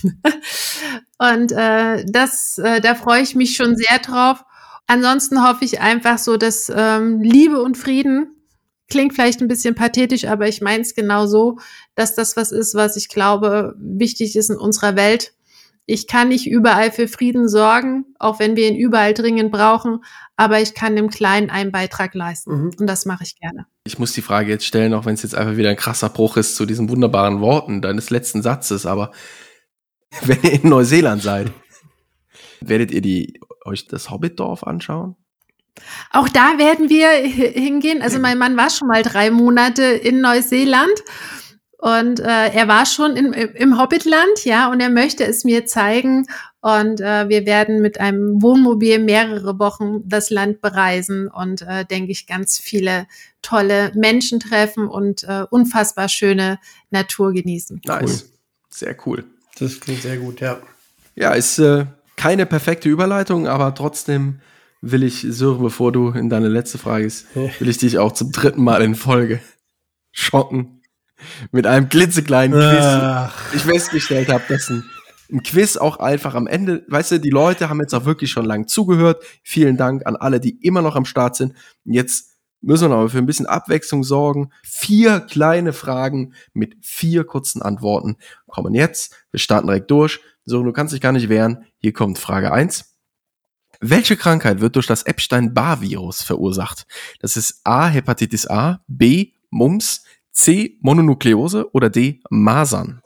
[SPEAKER 4] und äh, das, äh, da freue ich mich schon sehr drauf. Ansonsten hoffe ich einfach so, dass ähm, Liebe und Frieden, klingt vielleicht ein bisschen pathetisch, aber ich meine es genau so, dass das was ist, was ich glaube, wichtig ist in unserer Welt. Ich kann nicht überall für Frieden sorgen, auch wenn wir ihn überall dringend brauchen, aber ich kann dem Kleinen einen Beitrag leisten. Mhm. Und das mache ich gerne.
[SPEAKER 2] Ich muss die Frage jetzt stellen, auch wenn es jetzt einfach wieder ein krasser Bruch ist zu diesen wunderbaren Worten deines letzten Satzes, aber wenn ihr in Neuseeland seid, werdet ihr die, euch das Hobbitdorf anschauen?
[SPEAKER 4] Auch da werden wir hingehen. Also mein Mann war schon mal drei Monate in Neuseeland und äh, er war schon in, im Hobbitland, ja, und er möchte es mir zeigen. Und äh, wir werden mit einem Wohnmobil mehrere Wochen das Land bereisen und, äh, denke ich, ganz viele tolle Menschen treffen und äh, unfassbar schöne Natur genießen.
[SPEAKER 2] Nice, cool. Sehr cool.
[SPEAKER 3] Das klingt sehr gut, ja.
[SPEAKER 2] Ja, ist äh, keine perfekte Überleitung, aber trotzdem will ich, Sören, bevor du in deine letzte Frage gehst, will ich dich auch zum dritten Mal in Folge schocken mit einem klitzekleinen Quiz. Ach. Ich festgestellt habe, dass ein, ein Quiz auch einfach am Ende, weißt du, die Leute haben jetzt auch wirklich schon lange zugehört. Vielen Dank an alle, die immer noch am Start sind. Und jetzt müssen wir noch für ein bisschen Abwechslung sorgen. Vier kleine Fragen mit vier kurzen Antworten kommen jetzt. Wir starten direkt durch. Sören, du kannst dich gar nicht wehren. Hier kommt Frage eins. Welche Krankheit wird durch das Epstein-Barr-Virus verursacht? Das ist A. Hepatitis A, B. Mumps, C. Mononukleose oder D. Masern.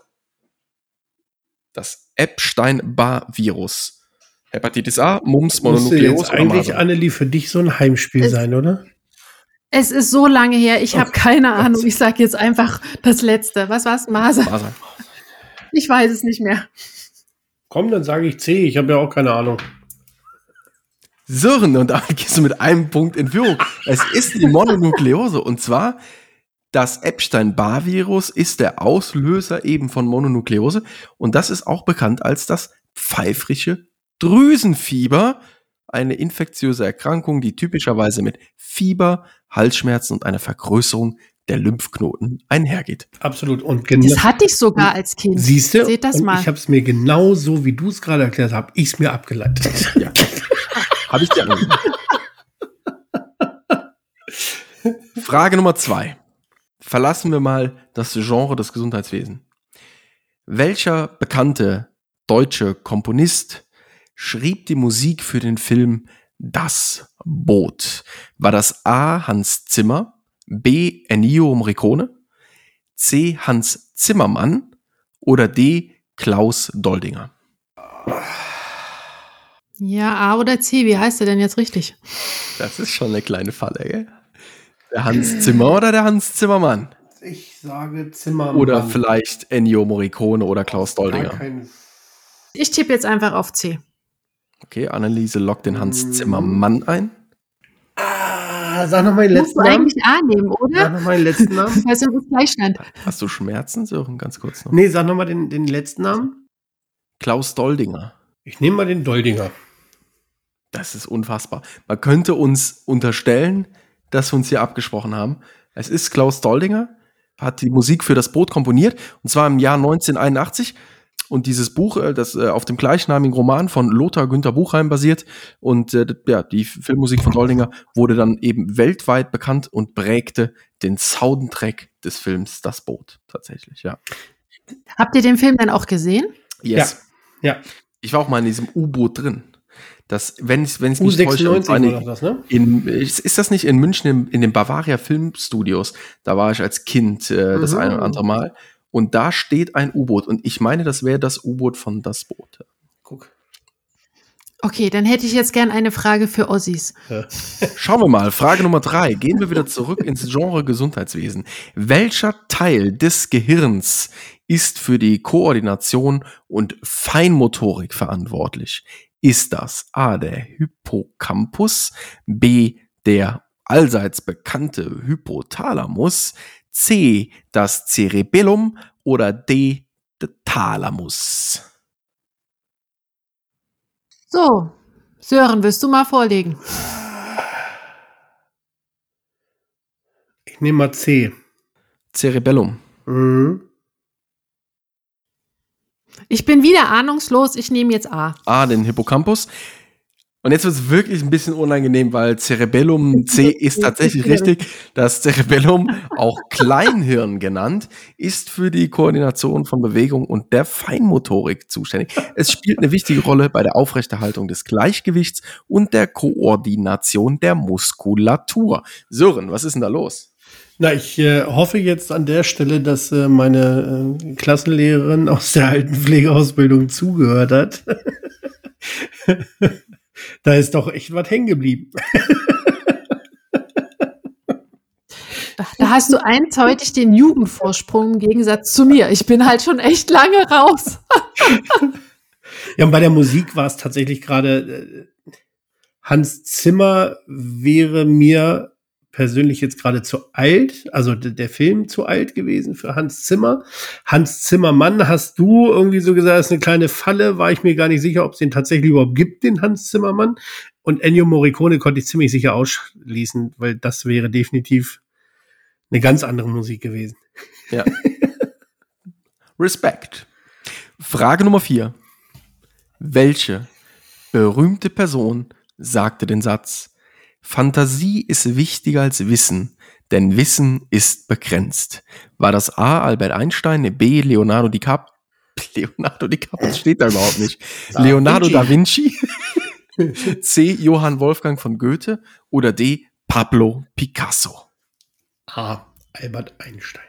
[SPEAKER 2] Das Epstein-Barr-Virus. Hepatitis A, Mumps, Mononukleose oder Masern.
[SPEAKER 3] Eigentlich, Annelie, für dich so ein Heimspiel es, sein, oder?
[SPEAKER 4] Es ist so lange her, ich habe keine Ahnung. Ich sage jetzt einfach das Letzte. Was war's? Masern. Masern. Ich weiß es nicht mehr.
[SPEAKER 3] Komm, dann sage ich C. Ich habe ja auch keine Ahnung.
[SPEAKER 2] Sören, und damit gehst du mit einem Punkt in Führung. Es ist die Mononukleose. Und zwar, das Epstein-Barr-Virus ist der Auslöser eben von Mononukleose. Und das ist auch bekannt als das pfeifrische Drüsenfieber. Eine infektiöse Erkrankung, die typischerweise mit Fieber, Halsschmerzen und einer Vergrößerung der Lymphknoten einhergeht.
[SPEAKER 3] Absolut. Und genau,
[SPEAKER 4] Das hatte ich sogar als Kind.
[SPEAKER 3] siehst du,
[SPEAKER 4] Seht das
[SPEAKER 3] und
[SPEAKER 4] mal.
[SPEAKER 3] ich habe es mir genau so, wie du es gerade erklärt hast, ich es mir abgeleitet.
[SPEAKER 2] Ja. Habe ich dir angegeben. Frage Nummer zwei. Verlassen wir mal das Genre des Gesundheitswesens. Welcher bekannte deutsche Komponist schrieb die Musik für den Film Das Boot? War das A. Hans Zimmer, B. Ennio Morricone, C. Hans Zimmermann oder D. Klaus Doldinger?
[SPEAKER 4] Ja, A oder C, wie heißt er denn jetzt richtig?
[SPEAKER 2] Das ist schon eine kleine Falle, gell? Der Hans Zimmer oder der Hans Zimmermann?
[SPEAKER 3] Ich sage Zimmermann.
[SPEAKER 2] Oder vielleicht Ennio Morricone oder Klaus
[SPEAKER 3] Gar
[SPEAKER 2] Doldinger.
[SPEAKER 3] kein-
[SPEAKER 4] Ich tippe jetzt einfach auf C.
[SPEAKER 2] Okay, Anneliese lockt den Hans Zimmermann ein.
[SPEAKER 3] Ah, sag noch mal den
[SPEAKER 4] Musst
[SPEAKER 3] letzten
[SPEAKER 4] du
[SPEAKER 3] Namen.
[SPEAKER 4] eigentlich A nehmen,
[SPEAKER 3] Sag
[SPEAKER 4] oder?
[SPEAKER 3] noch mal den letzten Namen.
[SPEAKER 4] Weil sonst ist Gleichstand.
[SPEAKER 2] Hast du Schmerzen, Sören? Ganz kurz noch.
[SPEAKER 3] Nee, sag noch mal den, den letzten Namen.
[SPEAKER 2] Klaus Doldinger.
[SPEAKER 3] Ich nehme mal den Doldinger.
[SPEAKER 2] Das ist unfassbar. Man könnte uns unterstellen, dass wir uns hier abgesprochen haben. Es ist Klaus Doldinger, hat die Musik für Das Boot komponiert, und zwar im Jahr neunzehnhunderteinundachtzig. Und dieses Buch, äh, das äh, auf dem gleichnamigen Roman von Lothar Günther Buchheim basiert. Und äh, ja, die Filmmusik von Doldinger wurde dann eben weltweit bekannt und prägte den Soundtrack des Films Das Boot tatsächlich, ja.
[SPEAKER 4] Habt ihr den Film dann auch gesehen?
[SPEAKER 2] Yes.
[SPEAKER 3] Ja. Ja.
[SPEAKER 2] Ich war auch mal in diesem U-Boot drin. Das, wenn ich wenn ich
[SPEAKER 3] U
[SPEAKER 2] mich täusche,
[SPEAKER 3] sechsundneunzig
[SPEAKER 2] war
[SPEAKER 3] war das, ne?
[SPEAKER 2] in, ist, ist das nicht in München in, in den Bavaria Filmstudios? Da war ich als Kind äh, das
[SPEAKER 3] Mhm.
[SPEAKER 2] eine oder andere Mal. Und da steht ein U-Boot. Und ich meine, das wäre das U-Boot von Das Boot.
[SPEAKER 3] Guck.
[SPEAKER 4] Okay, dann hätte ich jetzt gern eine Frage für Ossis.
[SPEAKER 2] Schauen wir mal. Frage Nummer drei. Gehen wir wieder zurück ins Genre Gesundheitswesen. Welcher Teil des Gehirns ist für die Koordination und Feinmotorik verantwortlich? Ist das A, der Hippocampus, B, der allseits bekannte Hypothalamus, C, das Cerebellum oder D, der Thalamus?
[SPEAKER 4] So, Sören, willst du mal vorlegen?
[SPEAKER 3] Ich nehme mal C.
[SPEAKER 2] Cerebellum.
[SPEAKER 3] Mhm.
[SPEAKER 4] Ich bin wieder ahnungslos, ich nehme jetzt A.
[SPEAKER 2] A, den Hippocampus. Und jetzt wird es wirklich ein bisschen unangenehm, weil Cerebellum C ist tatsächlich richtig. Das Cerebellum, auch Kleinhirn genannt, ist für die Koordination von Bewegung und der Feinmotorik zuständig. Es spielt eine wichtige Rolle bei der Aufrechterhaltung des Gleichgewichts und der Koordination der Muskulatur. Sören, was ist denn da los?
[SPEAKER 3] Na, ich äh, hoffe jetzt an der Stelle, dass äh, meine äh, Klassenlehrerin aus der alten Pflegeausbildung zugehört hat. Da ist doch echt was hängen geblieben.
[SPEAKER 4] Da, da hast du eindeutig den Jugendvorsprung im Gegensatz zu mir. Ich bin halt schon echt lange raus.
[SPEAKER 3] Ja, und bei der Musik war es tatsächlich gerade, äh, Hans Zimmer wäre mir persönlich jetzt gerade zu alt, also d- der Film zu alt gewesen für Hans Zimmer. Hans Zimmermann hast du irgendwie so gesagt, ist eine kleine Falle, war ich mir gar nicht sicher, ob es den tatsächlich überhaupt gibt, den Hans Zimmermann. Und Ennio Morricone konnte ich ziemlich sicher ausschließen, weil das wäre definitiv eine ganz andere Musik gewesen.
[SPEAKER 2] Ja. Respekt. Frage Nummer vier. Welche berühmte Person sagte den Satz: Fantasie ist wichtiger als Wissen, denn Wissen ist begrenzt? War das A, Albert Einstein, B, Leonardo DiCaprio? Leonardo DiCaprio, das steht da überhaupt nicht.
[SPEAKER 3] Da
[SPEAKER 2] Leonardo
[SPEAKER 3] Vinci.
[SPEAKER 2] da Vinci? C, Johann Wolfgang von Goethe? Oder D, Pablo Picasso?
[SPEAKER 3] Ah, Albert Einstein.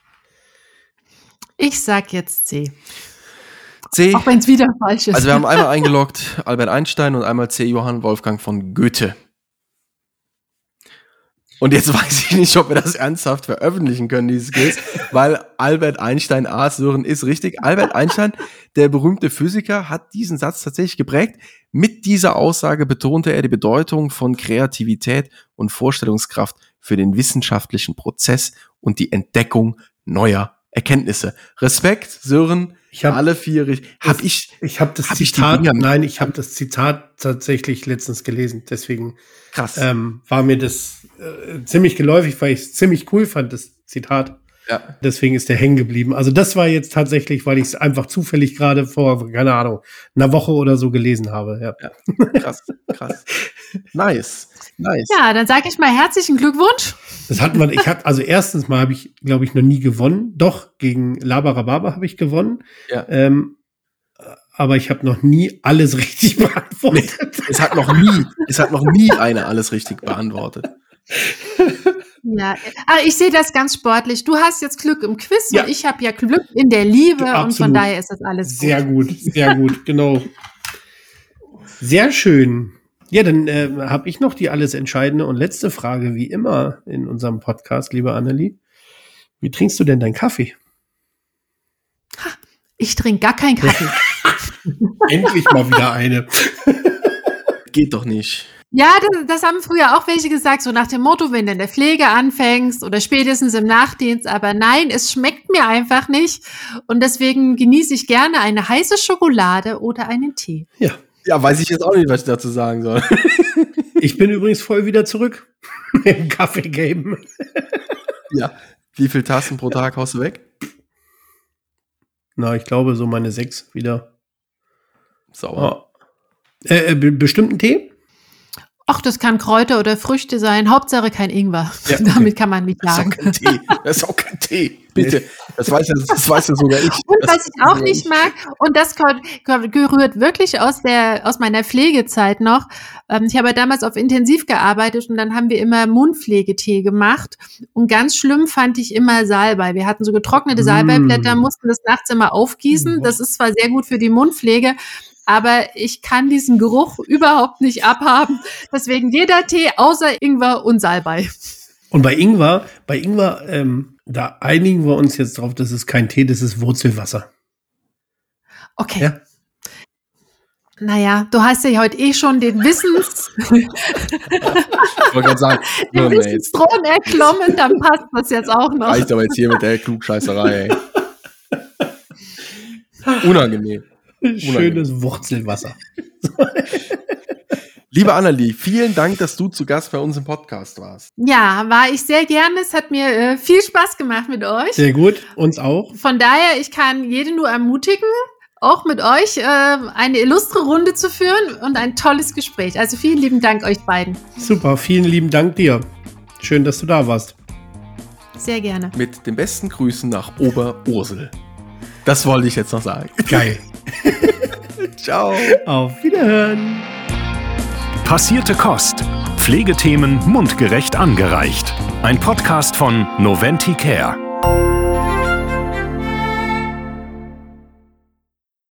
[SPEAKER 4] Ich sag jetzt C.
[SPEAKER 2] C,
[SPEAKER 4] Auch wenn es wieder falsch ist.
[SPEAKER 2] also wir haben einmal eingeloggt Albert Einstein und einmal C, Johann Wolfgang von Goethe. Und jetzt weiß ich nicht, ob wir das ernsthaft veröffentlichen können, dieses Quiz, weil Albert Einstein, A. Sören, ist richtig. Albert Einstein, der berühmte Physiker, hat diesen Satz tatsächlich geprägt. Mit dieser Aussage betonte er die Bedeutung von Kreativität und Vorstellungskraft für den wissenschaftlichen Prozess und die Entdeckung neuer Erkenntnisse. Respekt, Sören,
[SPEAKER 3] Ich hab-
[SPEAKER 2] alle vier richtig. Hab ich,
[SPEAKER 3] Ich habe das
[SPEAKER 2] Hab ich die
[SPEAKER 3] Zitat,
[SPEAKER 2] Dinger mit-
[SPEAKER 3] nein, ich habe das Zitat tatsächlich letztens gelesen. Deswegen
[SPEAKER 2] krass.
[SPEAKER 3] ähm, war mir das äh, ziemlich geläufig, weil ich es ziemlich cool fand, das Zitat.
[SPEAKER 2] Ja.
[SPEAKER 3] Deswegen ist der hängen geblieben. Also das war jetzt tatsächlich, weil ich es einfach zufällig gerade vor, keine Ahnung, einer Woche oder so gelesen habe. Ja.
[SPEAKER 2] Krass, krass. Nice, nice.
[SPEAKER 4] Ja, dann sage ich mal herzlichen Glückwunsch.
[SPEAKER 3] Das hat man, ich hatte, also erstens mal habe ich, glaube ich, noch nie gewonnen. Doch, gegen Labarababa habe ich gewonnen.
[SPEAKER 2] Ja.
[SPEAKER 3] Ähm, aber ich habe noch nie alles richtig beantwortet.
[SPEAKER 2] Es hat noch nie, es hat noch nie einer alles richtig beantwortet.
[SPEAKER 4] Ja, aber ich sehe das ganz sportlich. Du hast jetzt Glück im Quiz
[SPEAKER 3] Ja.
[SPEAKER 4] und ich habe ja Glück in der Liebe und von
[SPEAKER 3] Absolut.
[SPEAKER 4] daher ist das alles gut.
[SPEAKER 3] Sehr gut, sehr gut, genau. Sehr schön. Ja, dann äh, habe ich noch die alles entscheidende und letzte Frage, wie immer in unserem Podcast, liebe Annelie. Wie trinkst du denn deinen Kaffee?
[SPEAKER 4] Ich trinke gar keinen Kaffee.
[SPEAKER 3] Endlich mal wieder eine.
[SPEAKER 2] Geht doch nicht.
[SPEAKER 4] Ja, das, das haben früher auch welche gesagt, so nach dem Motto, wenn du in der Pflege anfängst oder spätestens im Nachtdienst. Aber nein, es schmeckt mir einfach nicht. Und deswegen genieße ich gerne eine heiße Schokolade oder einen Tee.
[SPEAKER 3] Ja,
[SPEAKER 2] Ja, weiß ich jetzt auch nicht, was ich dazu sagen soll.
[SPEAKER 3] ich bin übrigens voll wieder zurück im Kaffee-Game.
[SPEAKER 2] Ja. Wie viele Tassen pro Tag haust du weg?
[SPEAKER 3] Na, ich glaube so meine sechs wieder.
[SPEAKER 2] Sauer.
[SPEAKER 3] Oh. Äh, äh, be- bestimmten Tee?
[SPEAKER 4] Ach, das kann Kräuter oder Früchte sein. Hauptsache kein Ingwer.
[SPEAKER 3] Ja, okay.
[SPEAKER 4] Damit kann man mich
[SPEAKER 2] Das ist auch
[SPEAKER 4] jagen.
[SPEAKER 2] kein Tee. Das ist auch kein Tee. Bitte. Das weiß ja, das weiß ja sogar ich.
[SPEAKER 4] Und
[SPEAKER 2] Das
[SPEAKER 4] was ich auch nicht mag, und das kommt- kommt- gerührt wirklich aus der, aus meiner Pflegezeit noch. Ähm, ich habe ja damals auf Intensiv gearbeitet und dann haben wir immer Mundpflegetee gemacht. Und ganz schlimm fand ich immer Salbei. Wir hatten so getrocknete
[SPEAKER 3] Mm.
[SPEAKER 4] Salbeiblätter, mussten das nachts immer aufgießen. Das ist zwar sehr gut für die Mundpflege, aber ich kann diesen Geruch überhaupt nicht abhaben. Deswegen jeder Tee außer Ingwer und Salbei.
[SPEAKER 3] Und bei Ingwer, bei Ingwer, ähm, da einigen wir uns jetzt drauf, das ist kein Tee, das ist Wurzelwasser.
[SPEAKER 4] Okay.
[SPEAKER 3] Ja.
[SPEAKER 4] Naja, du hast ja heute eh schon den Wissens,
[SPEAKER 2] Ich wollte gerade sagen,
[SPEAKER 4] den
[SPEAKER 2] Mann, ey, jetzt
[SPEAKER 4] Wissensthron erklommen, dann passt das jetzt auch noch.
[SPEAKER 2] reicht aber jetzt hier mit der Klugscheißerei, ey. Unangenehm.
[SPEAKER 3] Schönes Wurzelwasser.
[SPEAKER 2] Liebe Annelie, vielen Dank, dass du zu Gast bei uns im Podcast warst.
[SPEAKER 4] Ja, war ich sehr gerne. Es hat mir äh, viel Spaß gemacht mit euch.
[SPEAKER 3] Sehr gut, uns auch.
[SPEAKER 4] Von daher, ich kann jeden nur ermutigen, auch mit euch äh, eine illustre Runde zu führen und ein tolles Gespräch. Also vielen lieben Dank euch beiden.
[SPEAKER 3] Super, vielen lieben Dank dir. Schön, dass du da warst.
[SPEAKER 4] Sehr gerne.
[SPEAKER 2] Mit den besten Grüßen nach Oberursel. Das wollte ich jetzt noch sagen.
[SPEAKER 3] Geil.
[SPEAKER 2] Ciao.
[SPEAKER 3] Auf Wiederhören.
[SPEAKER 1] Passierte Kost. Pflegethemen mundgerecht angereicht. Ein Podcast von Noventi Care.